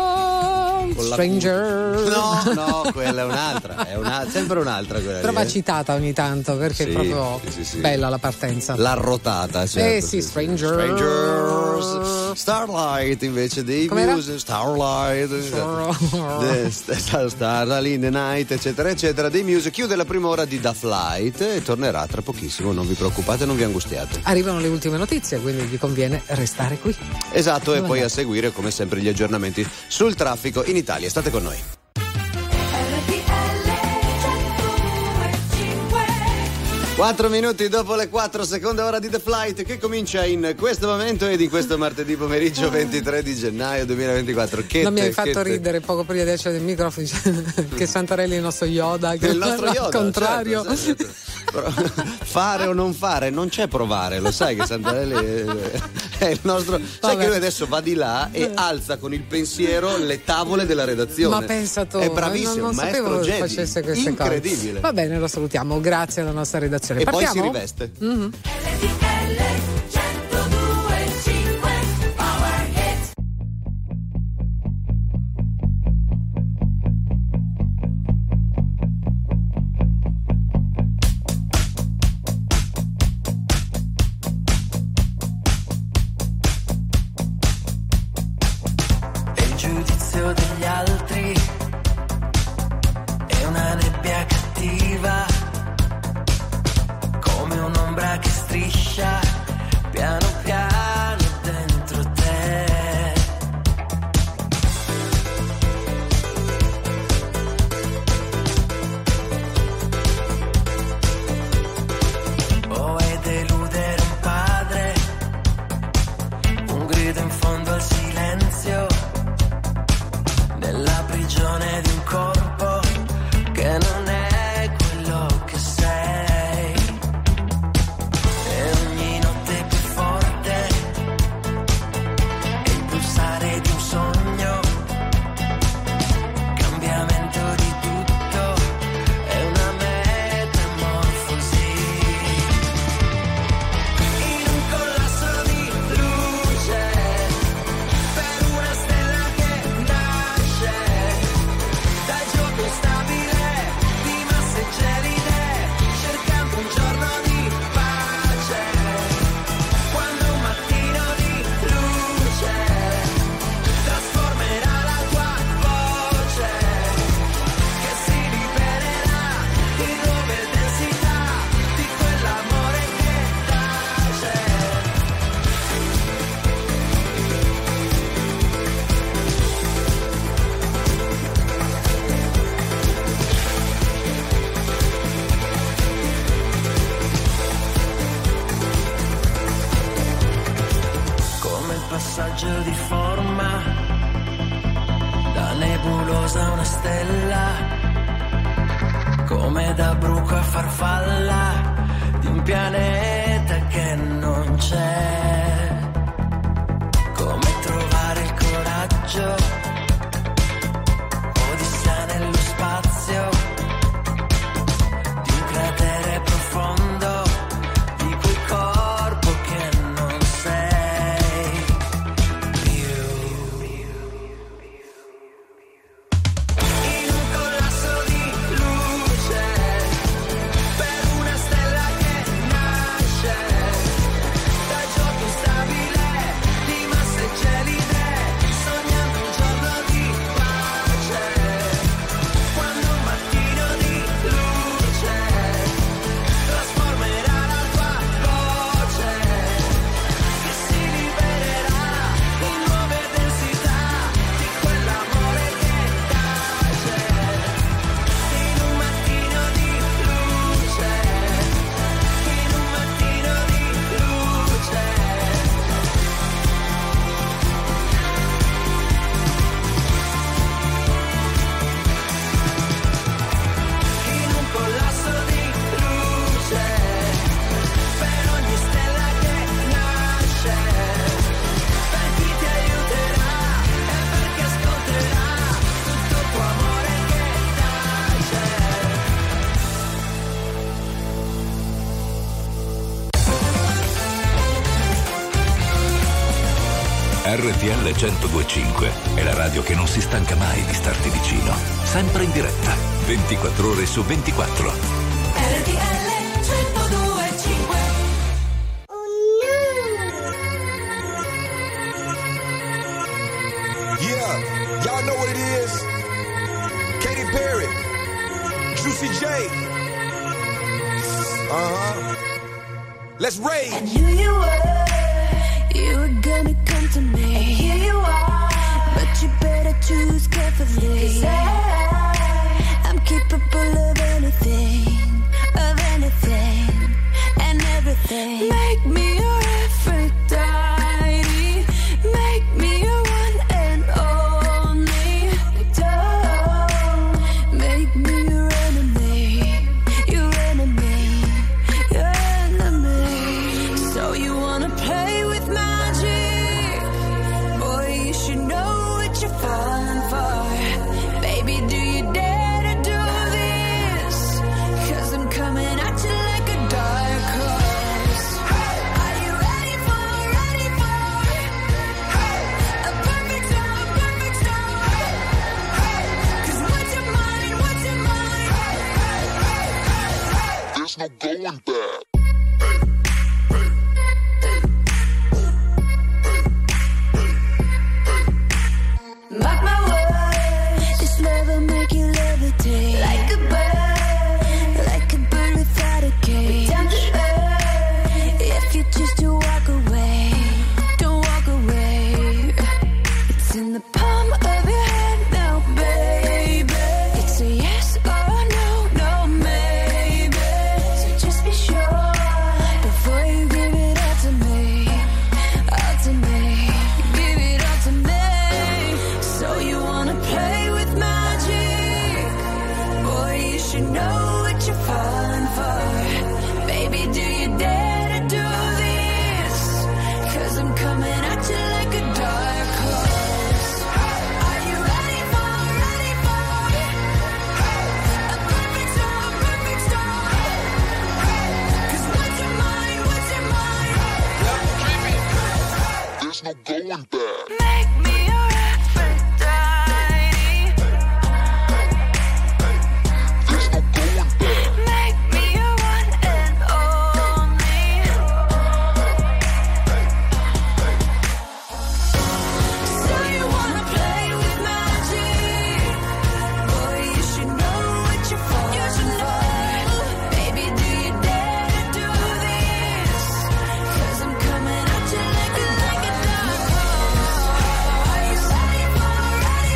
Oh, Stranger. No, quella è un'altra. Sempre un'altra quella. Però va citata ogni tanto perché è proprio bella la partenza. L'ha rotata, certo. Sì, Strangers. Starlight invece dei Muse. Starlight. Starlight in the Night, eccetera, eccetera. Dei Muse chiude la prima ora di Da Flight e tornerà tra pochissimo. Non vi preoccupate, non vi angustiate. Arrivano le ultime notizie, quindi vi conviene restare qui. Esatto, e poi a seguire, come sempre, gli aggiornamenti sul traffico in Italia. State con noi. 4 minuti dopo le 4, seconda ora di The Flight che comincia in questo momento ed in questo martedì pomeriggio 23 di gennaio 2024. Mi hai fatto ridere poco prima di accendere il microfono che Santarelli è il nostro Yoda, che è il nostro Yoda, al contrario. certo. fare o non fare, non c'è provare, lo sai che Santarelli è il nostro. Sai che lui adesso va di là e alza con il pensiero le tavole della redazione. Ma pensa tu, è bravissimo, non maestro Jedi, facesse queste incredibile cose. Va bene, lo salutiamo, grazie alla nostra redazione. E partiamo? poi si riveste. Mm-hmm. Degli altri è una nebbia cattiva, come un'ombra che striscia piano piano dentro te. Oh, è deludere un padre, un grido in fondo al silenzio, nella prigione di un corpo che non è quello che sei. E ogni notte più forte è il pulsare di un sogno, cambiamento di tutto, è una metamorfosi. In un collasso di luce, per una stella che nasce dal gioco instabile di masse gelide, cercando un giorno di pace. Quando un mattino di luce trasformerà la tua voce, che si libererà in nuove densità di quell'amore che tace. Come il passaggio di forma da nebulosa a una stella, come da bruco a farfalla di un pianeta che non c'è. Come trovare il coraggio, odissea nello spazio di un cratere profondo, di quel corpo che non sei più. In un collasso di luce, per una stella che nasce dal gioco instabile di masse gelide, sognando un giorno di pace. Quando un mattino di luce trasformerà la tua voce, che si libererà in nuove densità di quell'amore che tace. In un mattino di luce, in un mattino di luce. In un collasso di luce, per ogni stella che nasce, per chi ti aiuterà e perché ascolterà tutto tuo amore che tace. RTL 102.5 è la radio che non si stanca mai di starti vicino, sempre in diretta, 24 ore su 24. RTL 102.5. Yeah, y'all know what it is. Katy Perry, Juicy J. Let's rage. I knew you were gonna come to me. And here you are, but you better choose carefully. 'Cause I'm capable of anything, and everything. Make me your Aphrodite, make me your one and only. Don't make me your enemy, your enemy. going back. Mark my words, this love will make you levitate like a bird without a cage. Down to earth, if you choose to walk away, don't walk away. It's in the palm of your hand now, baby. It's a yes or no, no maybe. So just be sure before you give it all to me, all to me. Give it all to me. So you wanna play with magic? Boy, you should know what you're falling for. Baby, do you dare to do this? 'Cause I'm coming at you like a dark horse. Are you ready for a perfect storm, perfect storm? 'Cause what's your mind, what's your mind? There's no going back. Make me your Aphrodite. There's no going back. Make me your one and only. So you wanna play with magic? Boy, you should know what you're for. You should know. Baby, do you dare to do this? 'Cause I'm coming at you like a dark horse. Are you ready for a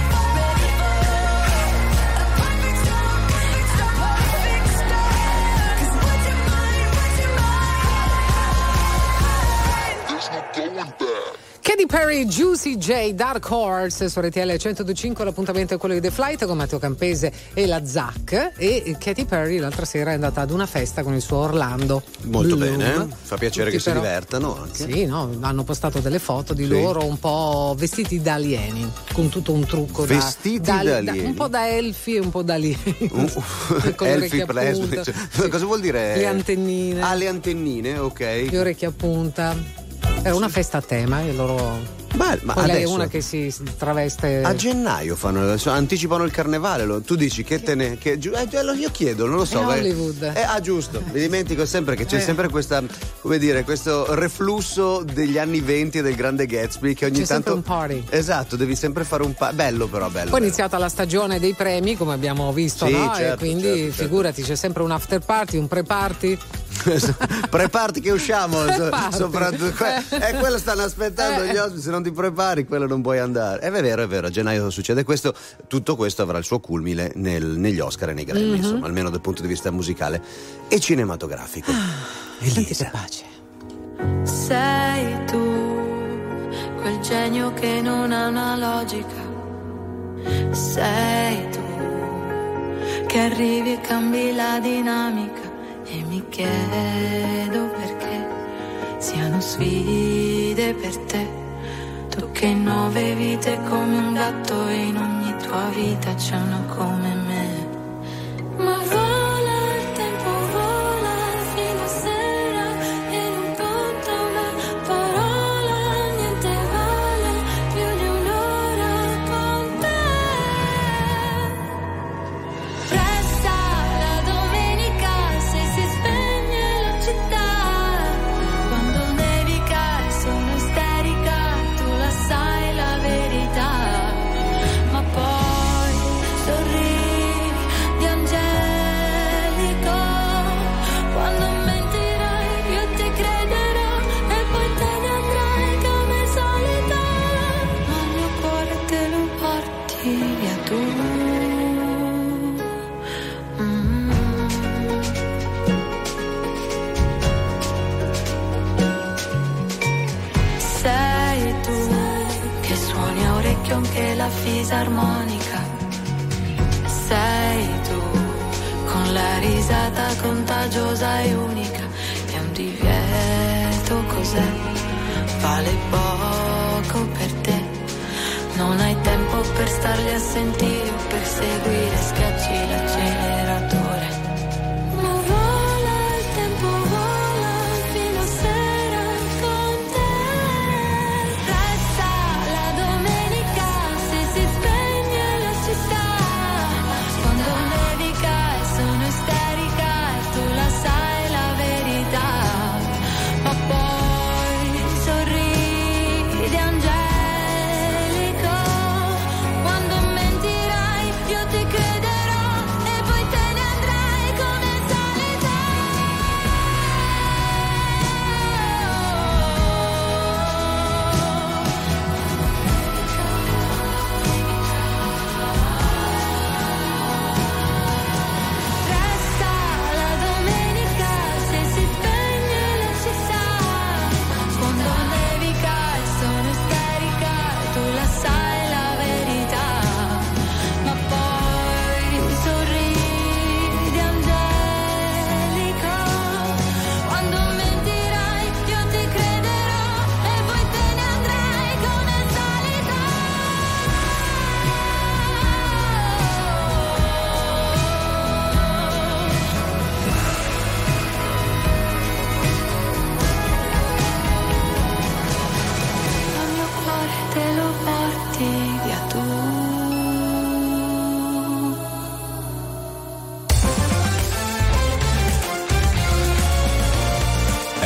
perfect storm? It's a perfect storm. 'Cause what's your mind, what's your mind? There's no going back. Katy Perry, Juicy J, Dark Horse su RTL 102.5. L'appuntamento è quello di The Flight con Matteo Campese e la Zac. E Katy Perry l'altra sera è andata ad una festa con il suo Orlando Molto Bloom. bene, fa piacere Tutti che però- si divertano anche. Sì, no, hanno postato delle foto di Sì. loro un po' vestiti da alieni, con tutto un trucco Vestiti da alieni? un po' da elfi e un po' da alieni. Con le Elfi orecchie a plasmi, punta. cioè, cosa vuol dire? Le antennine. Ah, le antennine, ok. Le orecchie a punta. Era una festa a tema e loro. Ma Poi lei è adesso, una che si traveste. a gennaio anticipano il carnevale. Tu dici che te ne. Io chiedo, non lo so. È Hollywood. Giusto. Mi dimentico sempre che c'è sempre questa, come dire, questo reflusso degli anni 20 e del grande Gatsby che ogni C'è tanto. sempre un party. Esatto, devi sempre fare un bello, però bello. Poi è bello. iniziata la stagione dei premi, come abbiamo visto, Sì, no? certo, E quindi certo. figurati, c'è sempre un after party, un pre-party. Preparati che usciamo. Preparati. Soprattutto quello stanno aspettando gli ospiti. Se non ti prepari, quello non puoi andare. È vero, a gennaio succede questo. Tutto questo avrà il suo culmine negli Oscar e nei Grammy, insomma, almeno dal punto di vista musicale e cinematografico. Elisa. Pace. Sei tu, quel genio che non ha una logica. Sei tu, che arrivi e cambi la dinamica. E mi chiedo perché siano sfide per te. Tu che in 9 vite come un gatto e in ogni tua vita c'è una come me. Ma vola il tempo, vola fino a sera e non conta una parola, niente vale più di un'ora con te. Resta la domenica se si spegne la città, quando nevica e sono isterica, tu la sai la verità, ma poi sorridi di angelico, quando mentirai io ti crederò e poi te ne andrai come solita, ma il mio cuore te lo porti via tu. Sei tu che suoni a orecchio anche la fisarmonica. Sei tu con la risata contagiosa e unica. È un divieto, cos'è? Vale poco per te. Non hai tempo per starli a sentire o per seguire, schiacci l'acceleratore. Ma vola il tempo, vola fino a sera con te. Resta la domenica se si spegne la città, quando nevica e sono isterica e tu la sai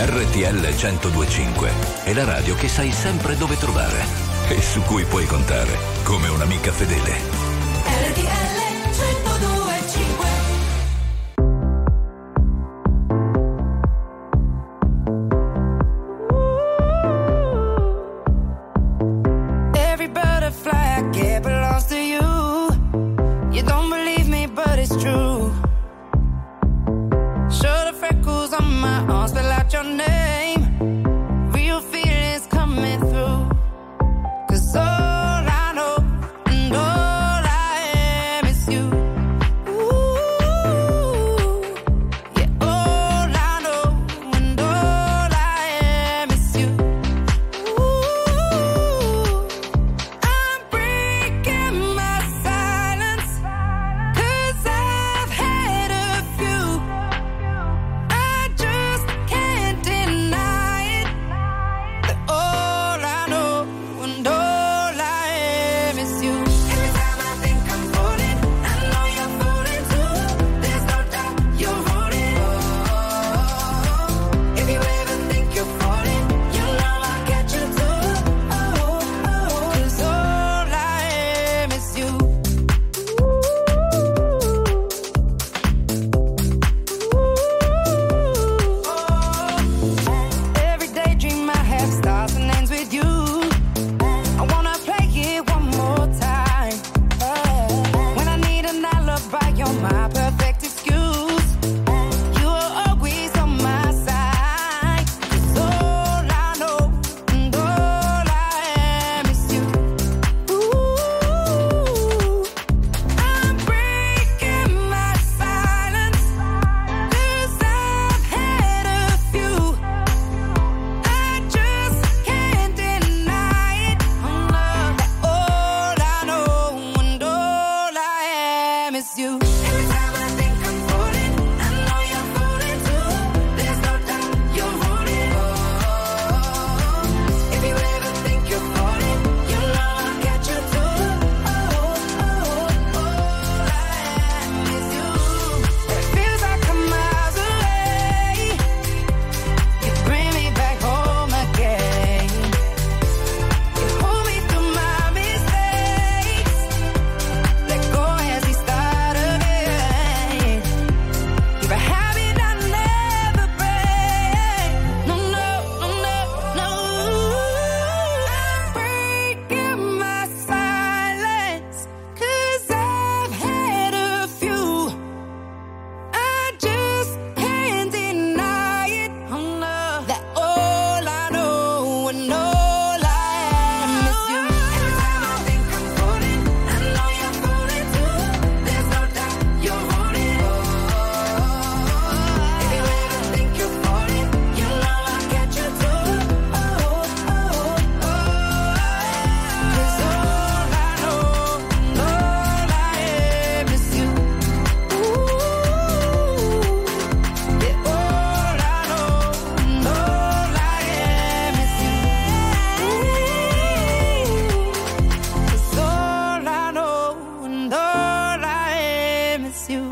RTL 102.5 è la radio che sai sempre dove trovare e su cui puoi contare come un'amica fedele. RTL 102.5. Every butterfly I get belongs to you. You don't believe me, but it's true. Show the freckles on my arms, spell out your name. Real feelings coming through. 'Cause all I know and all I am is you. Ooh, yeah, all I know and all I am is you. Ooh, I'm breaking my silence, 'cause I've had a few. I just can't deny it, that all I know and all I am is you. Every time I think I'm falling, I know you're falling too. There's no doubt you're falling. If you ever think you're falling, you know I'll catch you too. 'Cause all I am is you. Every daydream I have starts and ends with you. I wanna play it one more time. When I need an alibi, you're my perfect excuse. You are always on my side. 'Cause all I know and all I am is you. Ooh, I'm breaking my silence, 'cause I've had a few. I just can't deny it. All I know and all I am is you. Every time I think I'm falling, I know you're falling too. There's no doubt you're falling. If you ever think you're falling, you know I'll catch you too. All I am is you. It feels like I'm miles away. You bring me back home again. You hold me through my mistakes. Let go as we start again. You're a habit I never break. No, no, no, no, no. I'm breaking my silence, 'cause I've had a few. I just can't deny it. Oh no, that all I know and all I am is you. Every time I think I'm falling, I know you're falling too. There's no doubt you're falling. If you ever think you're falling, you know I'll catch you too. 'Cause all I know and all I am is you. Yeah, all I know and all I am is you. 'Cause all I know and all I am is you.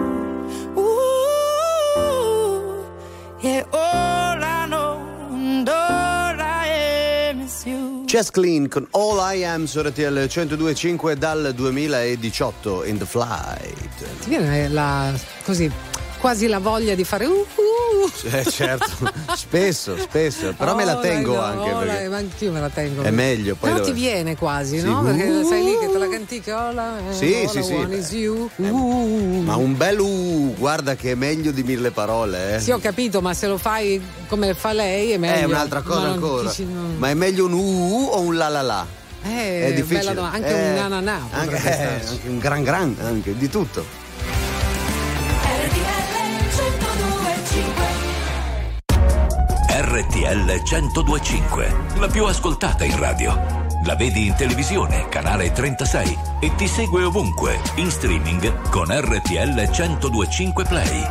Yeah, all I know and all I am is you. Just Clean con All I Am su RTL 102.5 dal 2018 in the flight. Ti viene così quasi la voglia di fare Certo, spesso, però me la tengo anche perché anch'io me la tengo. è meglio. Poi però ti viene quasi, sì, no? Perché sei lì che te la canticchia. Sì. One is you. Ma un bel guarda che è meglio di 1000 parole. Sì, ho capito, ma se lo fai come fa lei è meglio. È un'altra cosa ancora. Ma è meglio un o un la la la? È difficile. Bella anche un na na na. Anche un gran, anche di tutto. RTL 102.5, la più ascoltata in radio. La vedi in televisione, canale 36 e ti segue ovunque, in streaming con RTL 102.5 Play.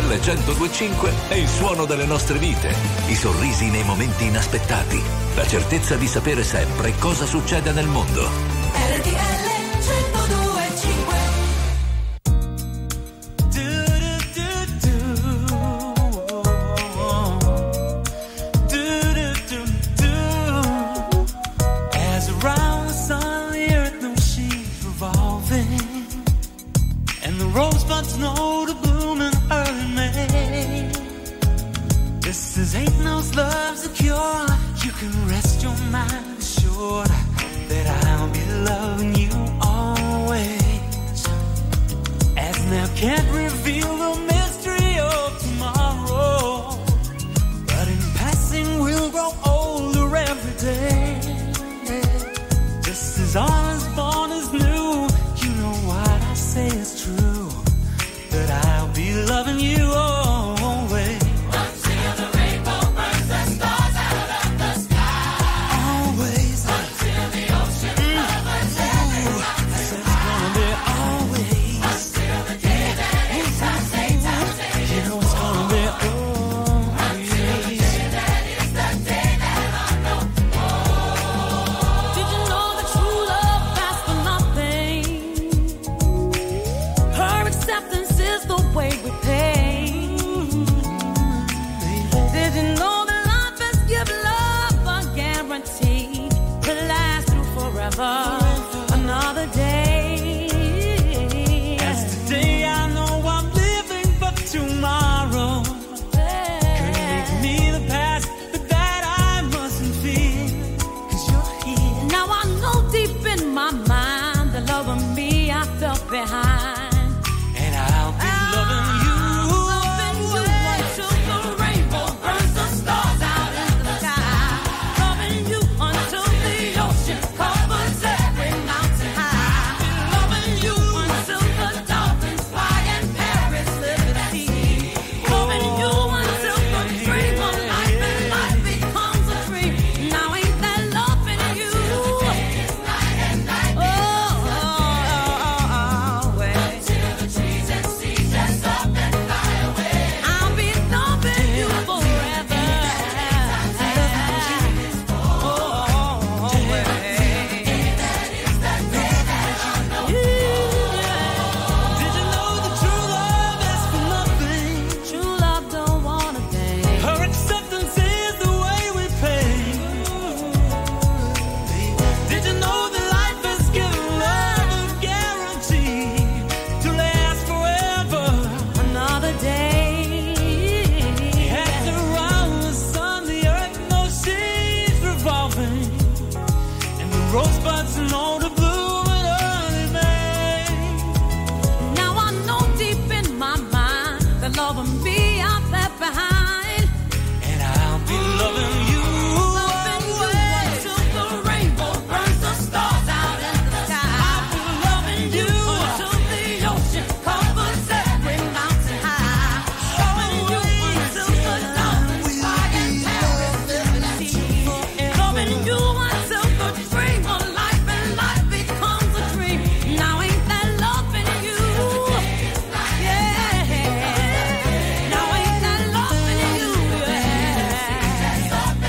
102.5 è il suono delle nostre vite, i sorrisi nei momenti inaspettati, la certezza di sapere sempre cosa succede nel mondo. RTL 102.5. As around the sun, the earth knows she's revolving, and the rosebuds know to bloom in early May. This is ain't no love's a cure. You can rest your mind assured that I'll be loving you always. As now can't reveal the mystery of tomorrow, but in passing we'll grow older every day. Just as all is born is new, you know what I say is true, that I'll be loving you always. Until the rainbow burns the stars out of the sky. Always. Until the ocean covers every mountain. It's gonna be always. Until the day that it's our day. You know it's gonna be always. Until the day that is the day that I know. Did you know that true love lasts for nothing? Her acceptance is the way we pay. Did you know that life has given love a guarantee to last through forever? Another day. As today I know I'm living, but tomorrow could make me the past, but that I mustn't fear, 'cause you're here. Now I know deep in my mind the love of me I felt behind. And I'll be loving you. Loving you until the rainbow burns the stars out in the sky. Loving you until the ocean covers every mountain high. Loving you until the dolphins fly and Paris liberty. Loving you until the dream of life and life becomes a dream. Now ain't that loving you? Until the trees and seas dress up and fly away. I'll be loving you forever. Did you know that true love is for nothing? True love don't want a thing. Her acceptance is the way we pay. Did you know that life has given love a guarantee to last forever? Another day. As around the sun, the earth knows she's revolving, and the rosebuds know to bloom in early May. Now I know deep in my mind the love of me I left behind. And I'll be loving you. Loving you until the rainbow burns the stars out in the sky. Loving you until the ocean covers every mountain high. Loving you until the dolphins fly and Paris liberty. Loving you until the dream of life and life becomes a dream. Now ain't that loving you? Yeah. Now ain't that loving you? Yeah.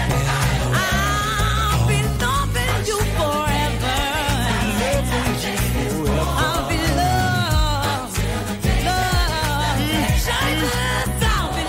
I'll be loving you forever. I'll be loved. Shyness, I'll be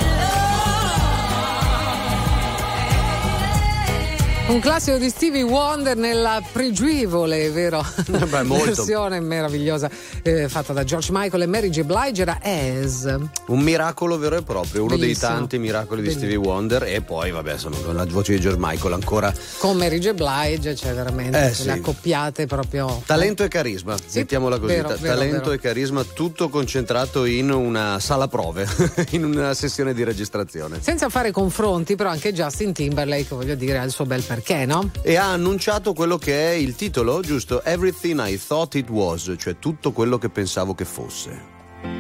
loved. Un classico di Stevie Wonder nella pregevole, vero? Beh, molto. Versione meravigliosa fatta da George Michael e Mary J. Blige, era As. Un miracolo vero e proprio, uno Bellissimo. dei tanti miracoli di Stevie Wonder. E poi vabbè, insomma, con la voce di George Michael ancora Con Mary J. Blige, cioè veramente sì. le accoppiate proprio. talento e carisma, mettiamola così. vero, vero, Talento vero. e carisma, tutto concentrato in una sala prove, in una sessione di registrazione. Senza fare confronti, però anche Justin Timberlake, voglio dire, ha il suo bel perché, no? E ha annunciato quello che è il titolo, giusto? Everything I Thought It Was, cioè tutto quello che pensavo che fosse.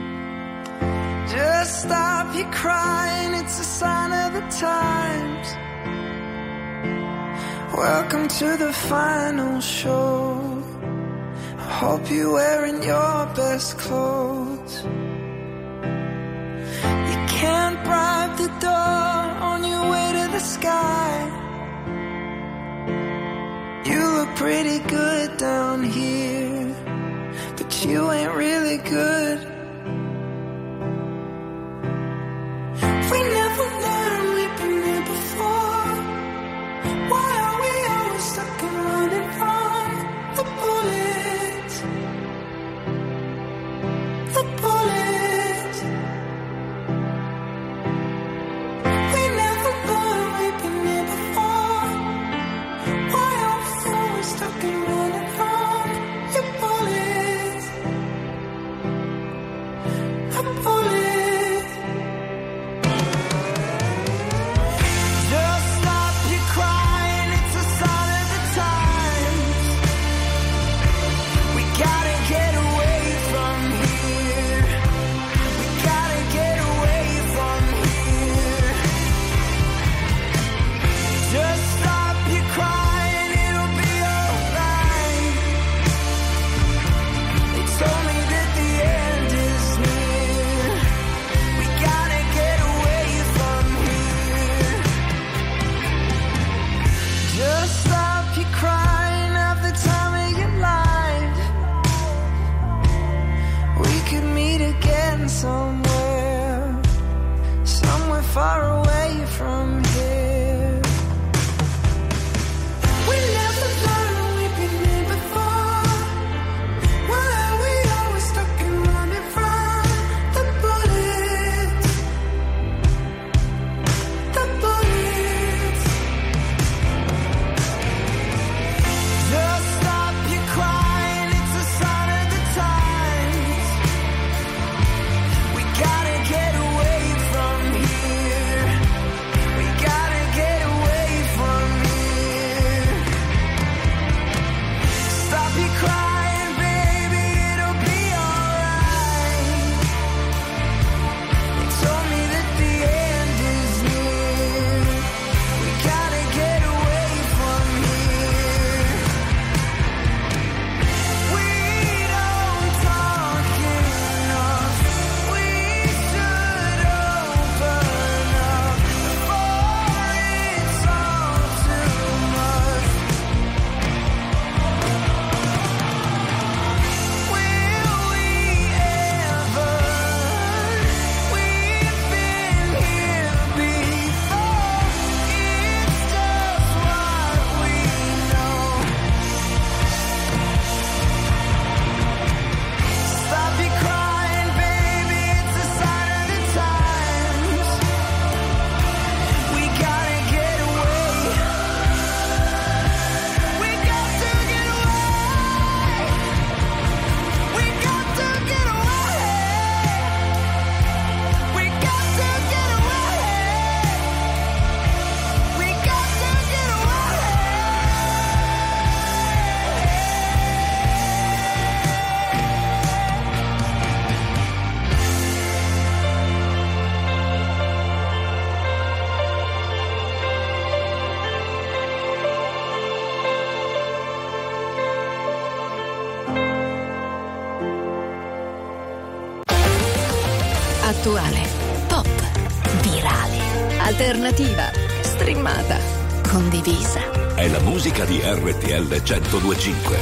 Just stop your crying, it's a sign of the times. Welcome to the final show. I hope you're wearing your best clothes. You can't bribe the door on your way to the sky. You look pretty good down here, but you ain't really good. We never learned, we've been here before. Why are we always stuck and running from the bullets? The bullets. We never learned, we've been here before. Why are we always stuck and running from your bullets? The bullets. Somewhere far away from here. We never learned, we've been here before. Why are we always stuck and running from the bullets? The bullets. Just stop your crying, it's a sign of the times. We gotta get away from here. We gotta get away from here. Stop your crying, baby, it'll be alright. You told me that the end is near. We gotta get away from here. We don't talk enough. We should open up before it's all too much. Will we ever? We've been here before. It's just what we know. Stop your crying, baby, it's a sign of the times. We gotta get away. We got to get away. We got to get away. We got to get away. We got to get away. Attuale, pop, virale, alternativa, streamata, condivisa. È la musica di RTL 102.5.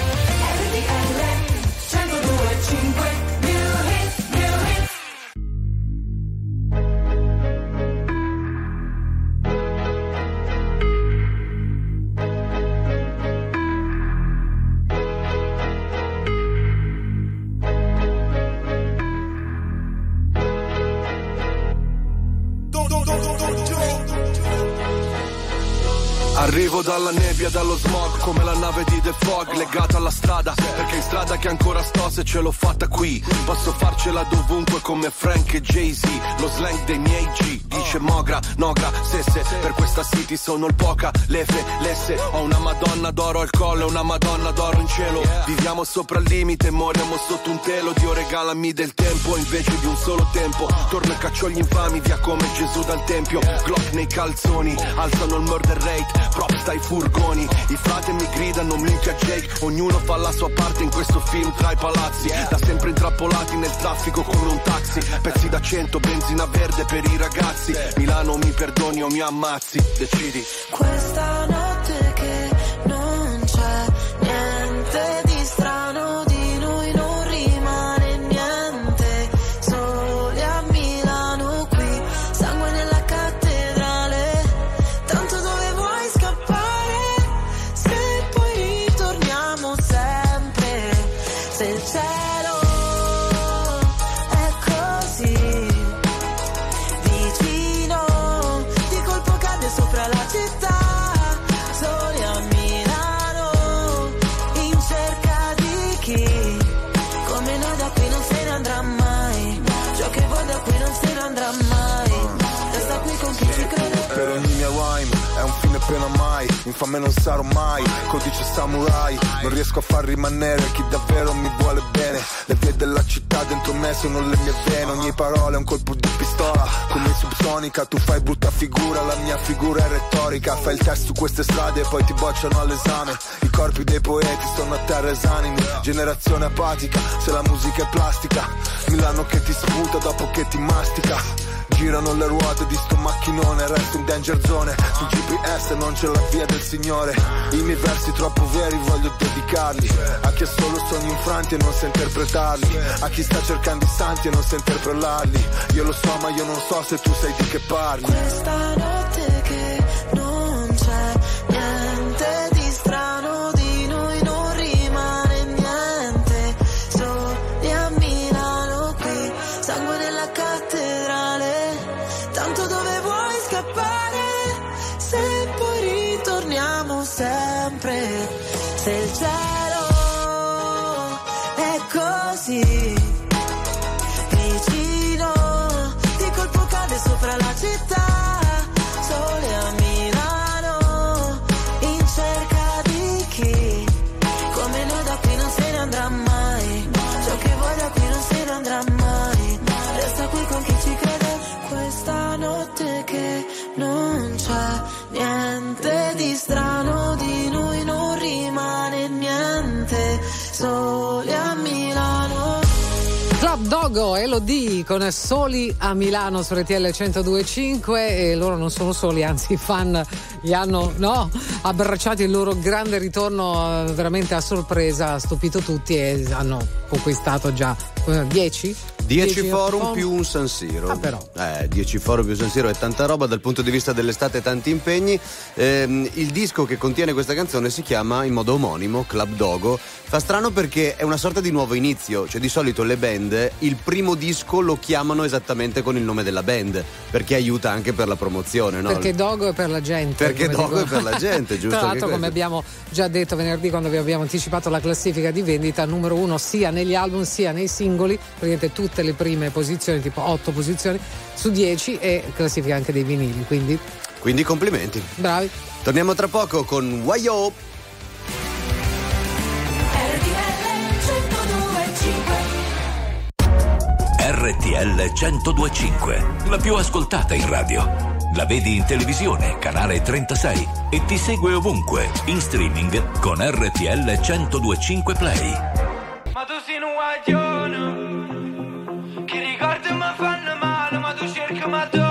Arrivo dalla nebbia, dallo smog, come la nave di The Fog, legata alla strada, perché in strada che ancora sto, se ce l'ho fatta qui, posso farcela dovunque come Frank e Jay-Z, lo slang dei miei G, dice Mogra, Nogra, Sesse, per questa city sono il Poca, Lefe, Lesse, ho una Madonna d'oro al collo e una Madonna d'oro in cielo, viviamo sopra il limite, moriamo sotto un telo, Dio regalami del tempo invece di un solo tempo, torno e caccio gli infami via come Gesù dal tempio, Glock nei calzoni, alzano il murder rate, props dai furgoni. I frate mi gridano minchia Jake, ognuno fa la sua parte in questo film tra i palazzi. Da sempre intrappolati nel traffico come un taxi, pezzi da 100, benzina verde per i ragazzi. Milano mi perdoni o mi ammazzi, decidi. Questa notte che non c'è niente di strano, di noi non rimane niente, soli a Milano qui, sangue nella cattedrale, tanto dove vuoi scappare, se poi ritorniamo sempre, se il cielo è così vicino, di colpo cade sopra la città. Per ogni mia rhyme è un fine pena mai, infame non sarò mai, codice samurai. Non riesco a far rimanere chi davvero mi vuole bene. Le vie della città dentro me sono le mie vene. Ogni parola è un colpo di pistola, come subsonica. Tu fai brutta figura, la mia figura è retorica. Fai il test su queste strade e poi ti bocciano all'esame. I corpi dei poeti sono a terra esanimi. Generazione apatica, se la musica è plastica. Milano che ti sputa dopo che ti mastica. Girano le ruote di sto macchinone, resto in danger zone. Sul GPS non c'è la via del Signore. I miei versi troppo veri voglio dedicarli a chi ha solo sogni infranti e non sa interpretarli, a chi sta cercando i santi e non sa interpellarli. Io lo so ma io non so se tu sai di che parli. Questa notte che non c'è niente di strano, di noi non rimane niente, soli a Milano qui, sangue nella cattedrale, tanto dove vuoi scappare, se poi ritorniamo sempre, se il cielo è così vicino, di colpo cade sopra la città, sole a Milano, in cerca di chi, come noi da qui non se ne andrà mai, ciò che vuoi da qui non se ne andrà mai, resta qui con chi ci crede. Questa notte che non c'è niente di strano, di noi non rimane niente, soli a Milano. Club Dogo, Elodie con Soli a Milano su RTL 102.5, e loro non sono soli, anzi i fan li hanno abbracciati. Il loro grande ritorno veramente a sorpresa ha stupito tutti e hanno conquistato già 10 forum più un San Siro. Ah, però 10 forum più San Siro è tanta roba dal punto di vista dell'estate, tanti impegni. Il disco che contiene questa canzone si chiama in modo omonimo Club Dogo. Fa strano perché è una sorta di nuovo inizio, cioè di solito le band il primo disco lo chiamano esattamente con il nome della band, perché aiuta anche per la promozione, no? Perché Dogo è per la gente. Perché Dogo è per la gente, giusto? Tra l'altro, come abbiamo già detto venerdì quando vi abbiamo anticipato la classifica di vendita, numero 1 sia negli album sia nei singoli, praticamente tutte le prime posizioni, tipo 8 posizioni su 10, e classifica anche dei vinili, quindi complimenti. Bravi. Torniamo tra poco con Wayo. RTL 102.5, la più ascoltata in radio. La vedi in televisione, canale 36, e ti segue ovunque, in streaming con RTL 102.5 Play. Ma tu sei un guaglione, che ricordi mi fanno male, ma tu cerchi ma tu,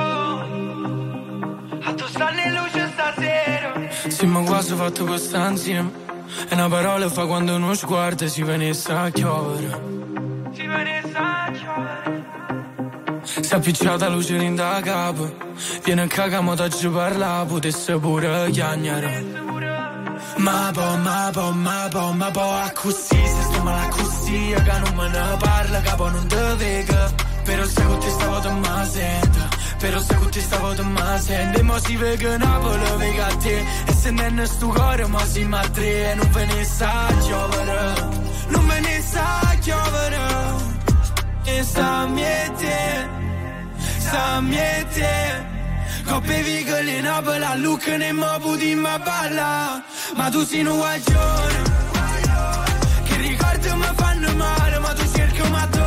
a tu stanno in luce stasera. Siamo quasi fatti questa insieme, e una parola fa quando uno sguardo si venisse a chiovere. Si venisse a chiovere. Si è appicciata luce in da capo, viene a cagamo da ci parla, potesse pure chiagnare. Ma po, a così, se sto male così, che non me ne parla, capo non te vega. Però se con te stavo te ma sento, però se con te stavo te ma sento. E mo si vega Napoli, vega a te, e se non sto cuore, ma si ma tre, e non ve ne sa chiovere, non ve ne sa chiovere. E sta miete, coppe vigole Napoli, a Lucca ne mo puti ma balla. Ma tu sei un guaglione, che ricordi mi fanno male, ma tu cerchi ma tu,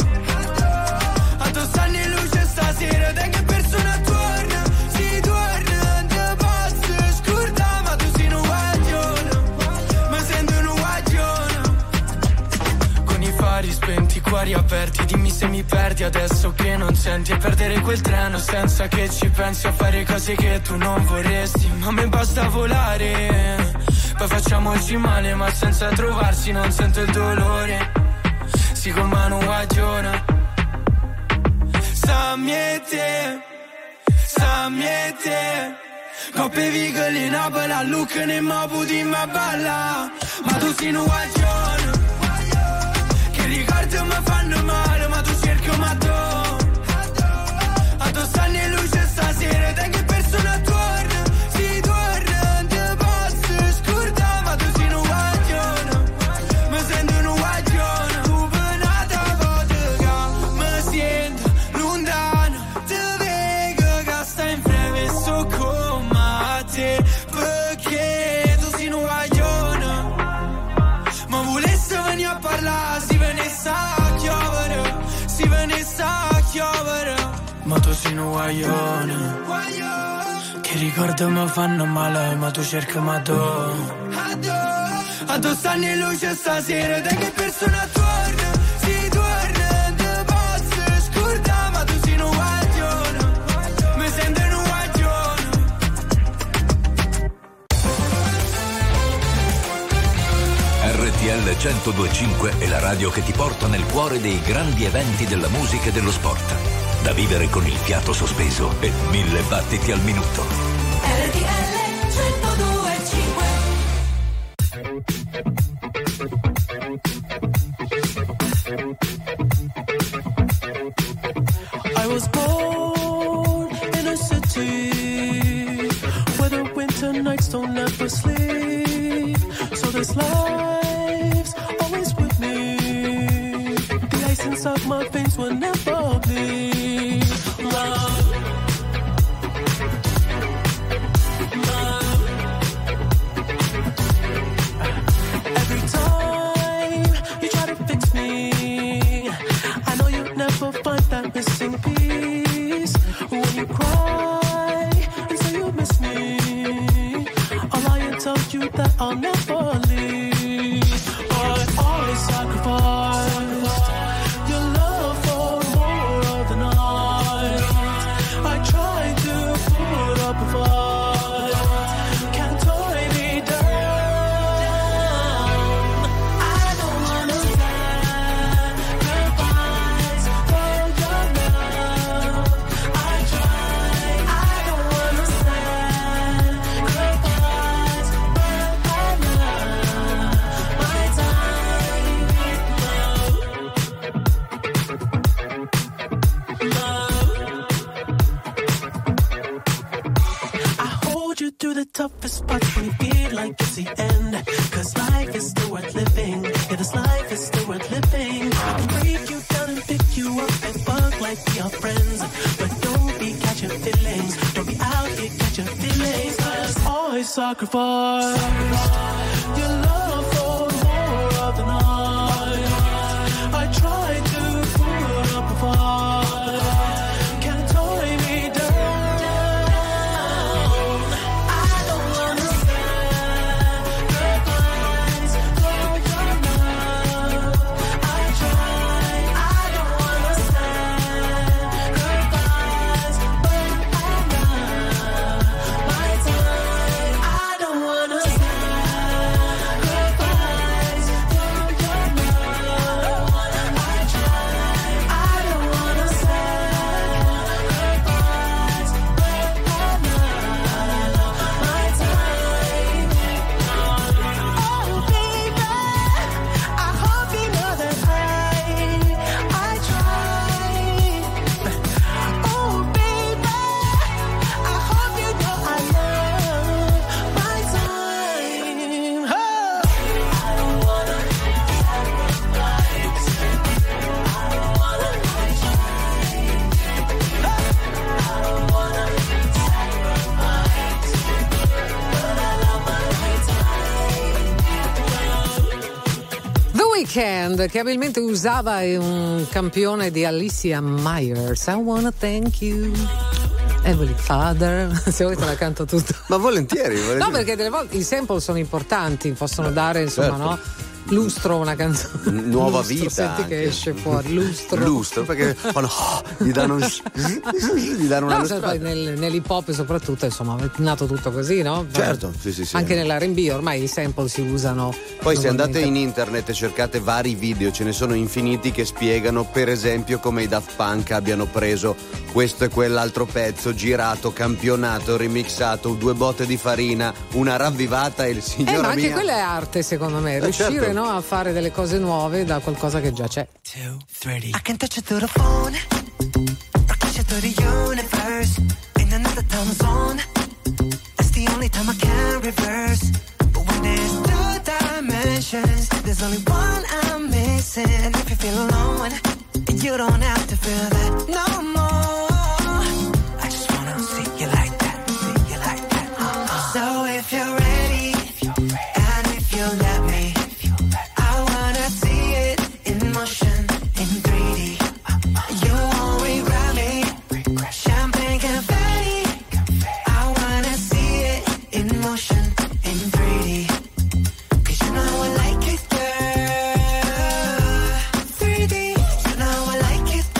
a tu stanno in luce stasera, da che persona torna, si torna, te posso scordare, ma tu sei spenti, cuori aperti. Dimmi se mi perdi adesso che non senti. E perdere quel treno senza che ci pensi a fare cose che tu non vorresti. Ma a me basta volare, poi facciamoci male, ma senza trovarsi non sento il dolore. Si con mano guagiona. Samjete Coppe vigole in abola, look ne mabu di ma balla. Ma tu sei un guagione, che ricordi mi fanno male, ma tu cerchi un matto. Addossani e luce stasera, da che persona torna? Si torna, te posso scordare, ma tu sei un guagione. Mi sento un guagione, tu venata vodka, mi sento lontano. Te vedo che stai in breve, so come te, perché tu sei un guagione. Ma volesse venire a parlare, si venisse a chiovere, si venisse a chiovere. Ma tu sei un guaglione, che ricordo mi fanno male, ma tu cerchi ma tu. Addossani e luce stasera, da che persona torna? Si torna, te posso scordare, ma tu sei un guaglione. Mi sento un guaglione. RTL 102.5 è la radio che ti porta nel cuore dei grandi eventi della musica e dello sport. Da vivere con il fiato sospeso e 1000 battiti al minuto. RTL 102.5. I was born in a city where the winter nights don't ever sleep. So this life's always with me. The ice inside my veins will never bleed. Love. Every time you try to fix me, I know you'll never find that missing piece. When you cry and say you miss me, I'll lie and tell you that I'll never leave. But always sacrificed your love for more of the night. I try to put up a fight, can't tie me down. I don't wanna sacrifice for your love. I try, I don't wanna sacrifice for my love, my time, love. I hold you through the toughest parts when you feel like it's the end. Cause life is still worth living. Yeah, this life is still worth living. I can break you down and pick you up and fuck like we are friends. But don't be catching feelings. Don't be out here catching feelings. Cause always sacrifice your love for more of the night. I try to put up a fight, can't tie me down. I don't wanna sacrifice for your love. I try, I don't wanna sacrifice for my love, my time. I don't wanna sacrifice for your love. I try, I don't wanna sacrifice for my love, my time. Oh baby, I hope you know that I try. Oh baby, I hope you know I love my time. Oh. I don't wanna sacrifice. I don't wanna try. I don't wanna sacrifice, but I love my time. The Weeknd, che abilmente usava un campione di Alicia Myers. I wanna thank you, Heavenly Father. Se volete la canto tutta. Ma volentieri. No, perché delle volte i sample sono importanti, possono dare, insomma, certo. no? Lustro, una canzone. Nuova Lustro, vita. Senti anche. che esce fuori. Lustro perché gli danno una lustrata. Poi nell'hip hop soprattutto, insomma, è nato tutto così, no? Certo, sì. Anche nell'R&B ormai i sample si usano. Poi se andate in internet e cercate vari video, ce ne sono infiniti che spiegano per esempio come i Daft Punk abbiano preso questo e quell'altro pezzo, girato, campionato, remixato, 2 botte di farina, una ravvivata e il signor ma anche mia. quella è arte, secondo me, riuscire certo. no, a fare delle cose nuove da qualcosa che già c'è. 2, 3. I can touch you through the phone, or catch you through the universe, in another time zone. That's the only time I can reverse. But when there's 2 dimensions, there's only one I'm missing. And if you feel alone, you don't have to feel that no more. I just wanna see you like that, see you like that. So if you're ready, and if you let me, I wanna see it in motion, in 3D. You won't regret me. Champagne confetti. I wanna see it in motion, in 3D. 'Cause you know I like it, girl. 3D. You know I like it,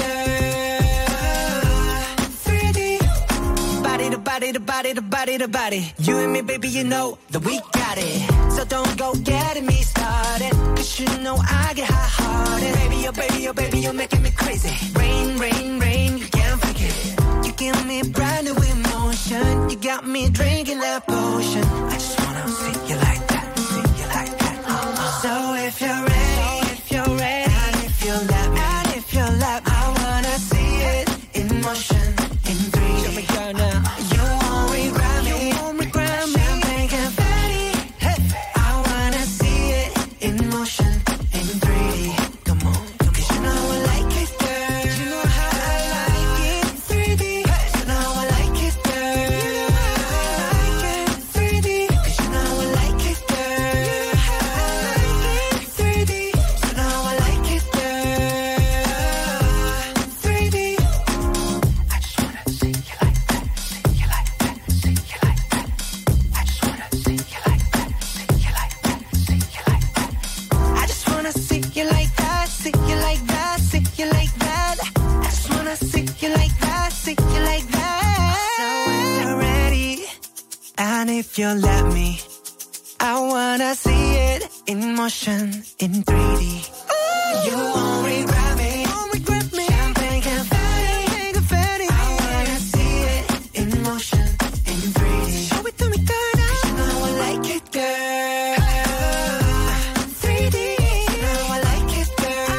girl. 3D. Body to body to body to body to body. You and me, baby, you know that we got it. So don't go getting me started, 'cause you know I get hot-hearted. Baby, oh baby, oh baby, you're making me crazy. Rain, rain, rain, you can't fake it. You give me brand new emotion. You got me drinking that potion. I just wanna see you like that, see you like that. So if you're ready, and if you let me, I wanna see it in motion, in 3D. Show me girl now. You won't regret me. Champagne confetti. I wanna see it in motion, in 3D. Come on, 'cause you know I like it, girl. You know how I like it, 3D. You know I like it, girl. You know how I like it, 3D. 'Cause you know I like it, girl. You know how I like it, 3D. You know I like it, girl. 3D. I just wanna see you like that, see you like that, see you like that. I just wanna see you like that, see you like that, see you like that. I just wanna see you like that, see you like that, see you like that. I just wanna see you like that, see you like that. So if you're ready, and if you let me, I wanna see it in motion, in 3D. You won't regret me. Champagne confetti. I wanna see it in motion, in 3D. Show it to me, girl. 'Cause you know I like it, girl. 3D. You know I like it, girl.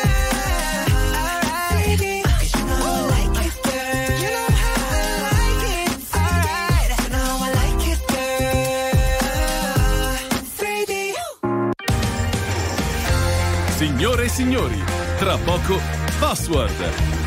3D. 'Cause you know I like it, girl. You know how I like it. Alright. You know I like it, girl. 3D. Signore e signori, tra poco Password.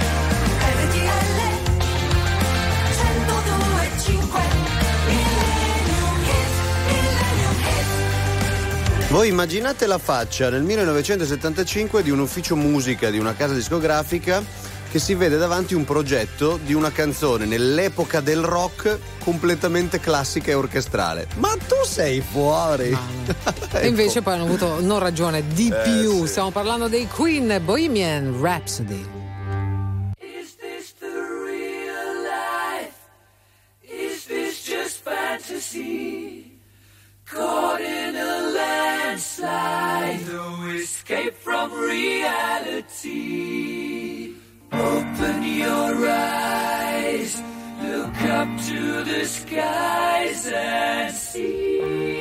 Voi immaginate la faccia nel 1975 di un ufficio musica di una casa discografica che si vede davanti un progetto di una canzone nell'epoca del rock completamente classica e orchestrale. Ma tu sei fuori! E invece poi hanno avuto non ragione di più. Sì. Stiamo parlando dei Queen, Bohemian Rhapsody. Is this the real life? Is this just fantasy? Caught in a landslide, no escape from reality. Open your eyes, look up to the skies and see.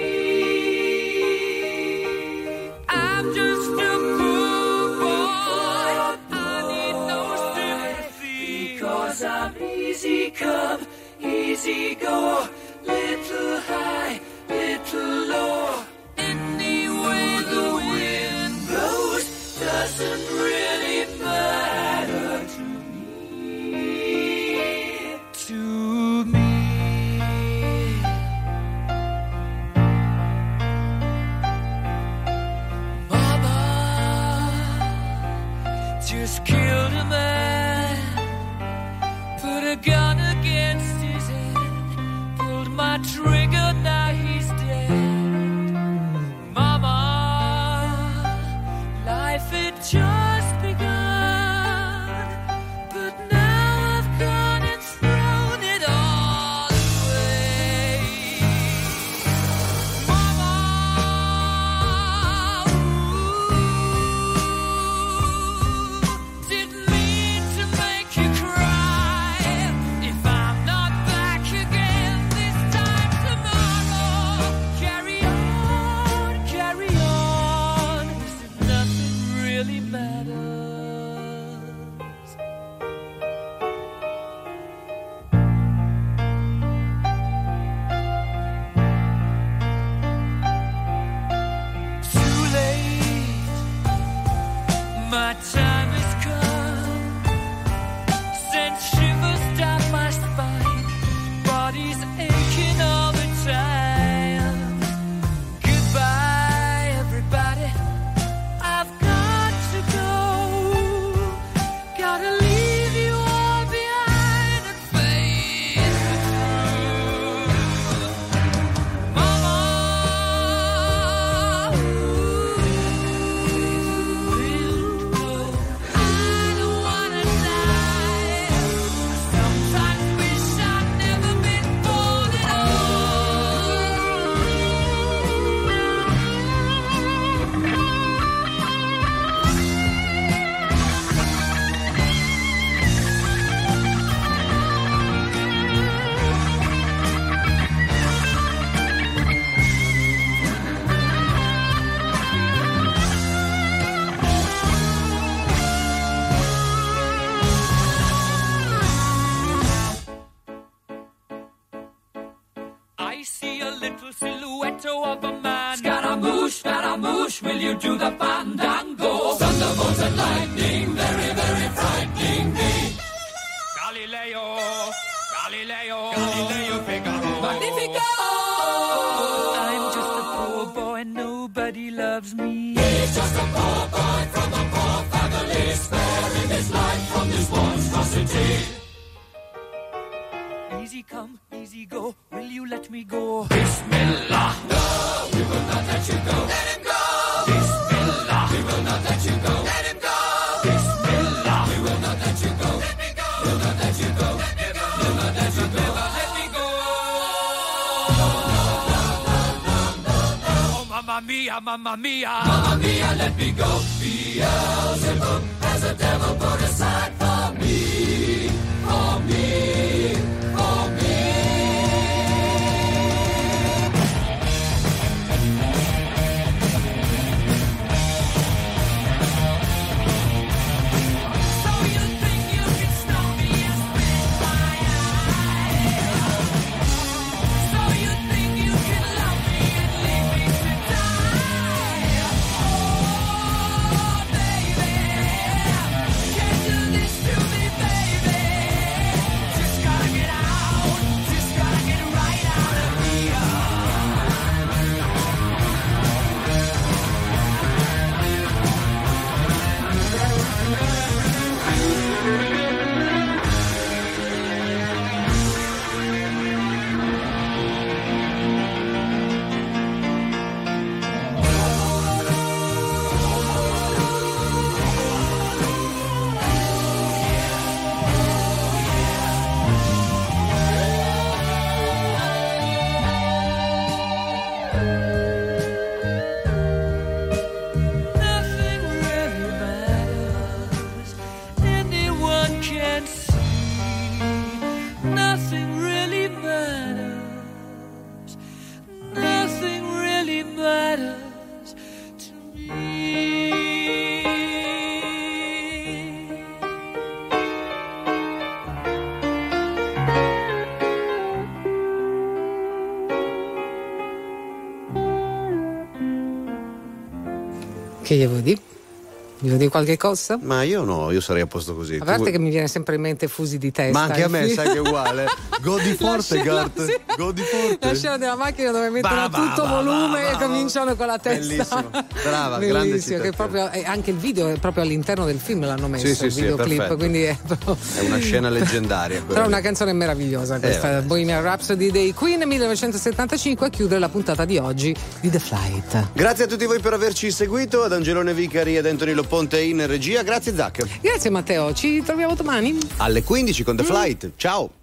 I'm just a poor boy, I need no sympathy, 'cause I'm easy come, easy go, little high, little low. Any way the wind blows doesn't really matter to me. To me. Mama just killed a man, put a gun against his head, pulled my trigger, now he's dead. Mama will you do the fandango? Thunderbolts and lightning, very, very frightening me. Galileo, Galileo, Galileo Figaro. Magnifico! I'm just a poor boy, nobody loves me. He's just a poor boy from a poor family, sparing his life from this monstrosity. Easy come, easy go, will you let me go? Bismillah! No, we will not let you go. Let him go! Bismillah! We will not let you go. Let him go! Bismillah! We will not let you go. Let me go! We'll not let you go. Let me go! We'll not let you go. Let me go! Oh, mamma mia, mamma mia! Mamma mia, let me go! Beelzebub has a devil put aside for me. For me. For me. Che gli vuoi dire? Gli vuoi dire qualche cosa? Ma io no, io sarei a posto così. A parte che mi viene sempre in mente Fusi di testa. Ma anche a me, sai che è uguale. Godi forte, Gart. Sì. Godi forte. La scena della macchina dove mettono a tutto volume e cominciano con la testa. Bellissimo. Brava, bellissimo, grande che citazione. proprio, anche il video è proprio all'interno del film, l'hanno messo, sì, il videoclip, sì, quindi è una scena leggendaria. Però è una canzone meravigliosa questa, Bohemian Rhapsody dei Queen 1975, a chiudere la puntata di oggi di The Flight. Grazie a tutti voi per averci seguito, ad Angelone Vicari ed Antonino Ponte in regia. Grazie Zac. Grazie Matteo, ci troviamo domani alle 15 con The Flight. Ciao.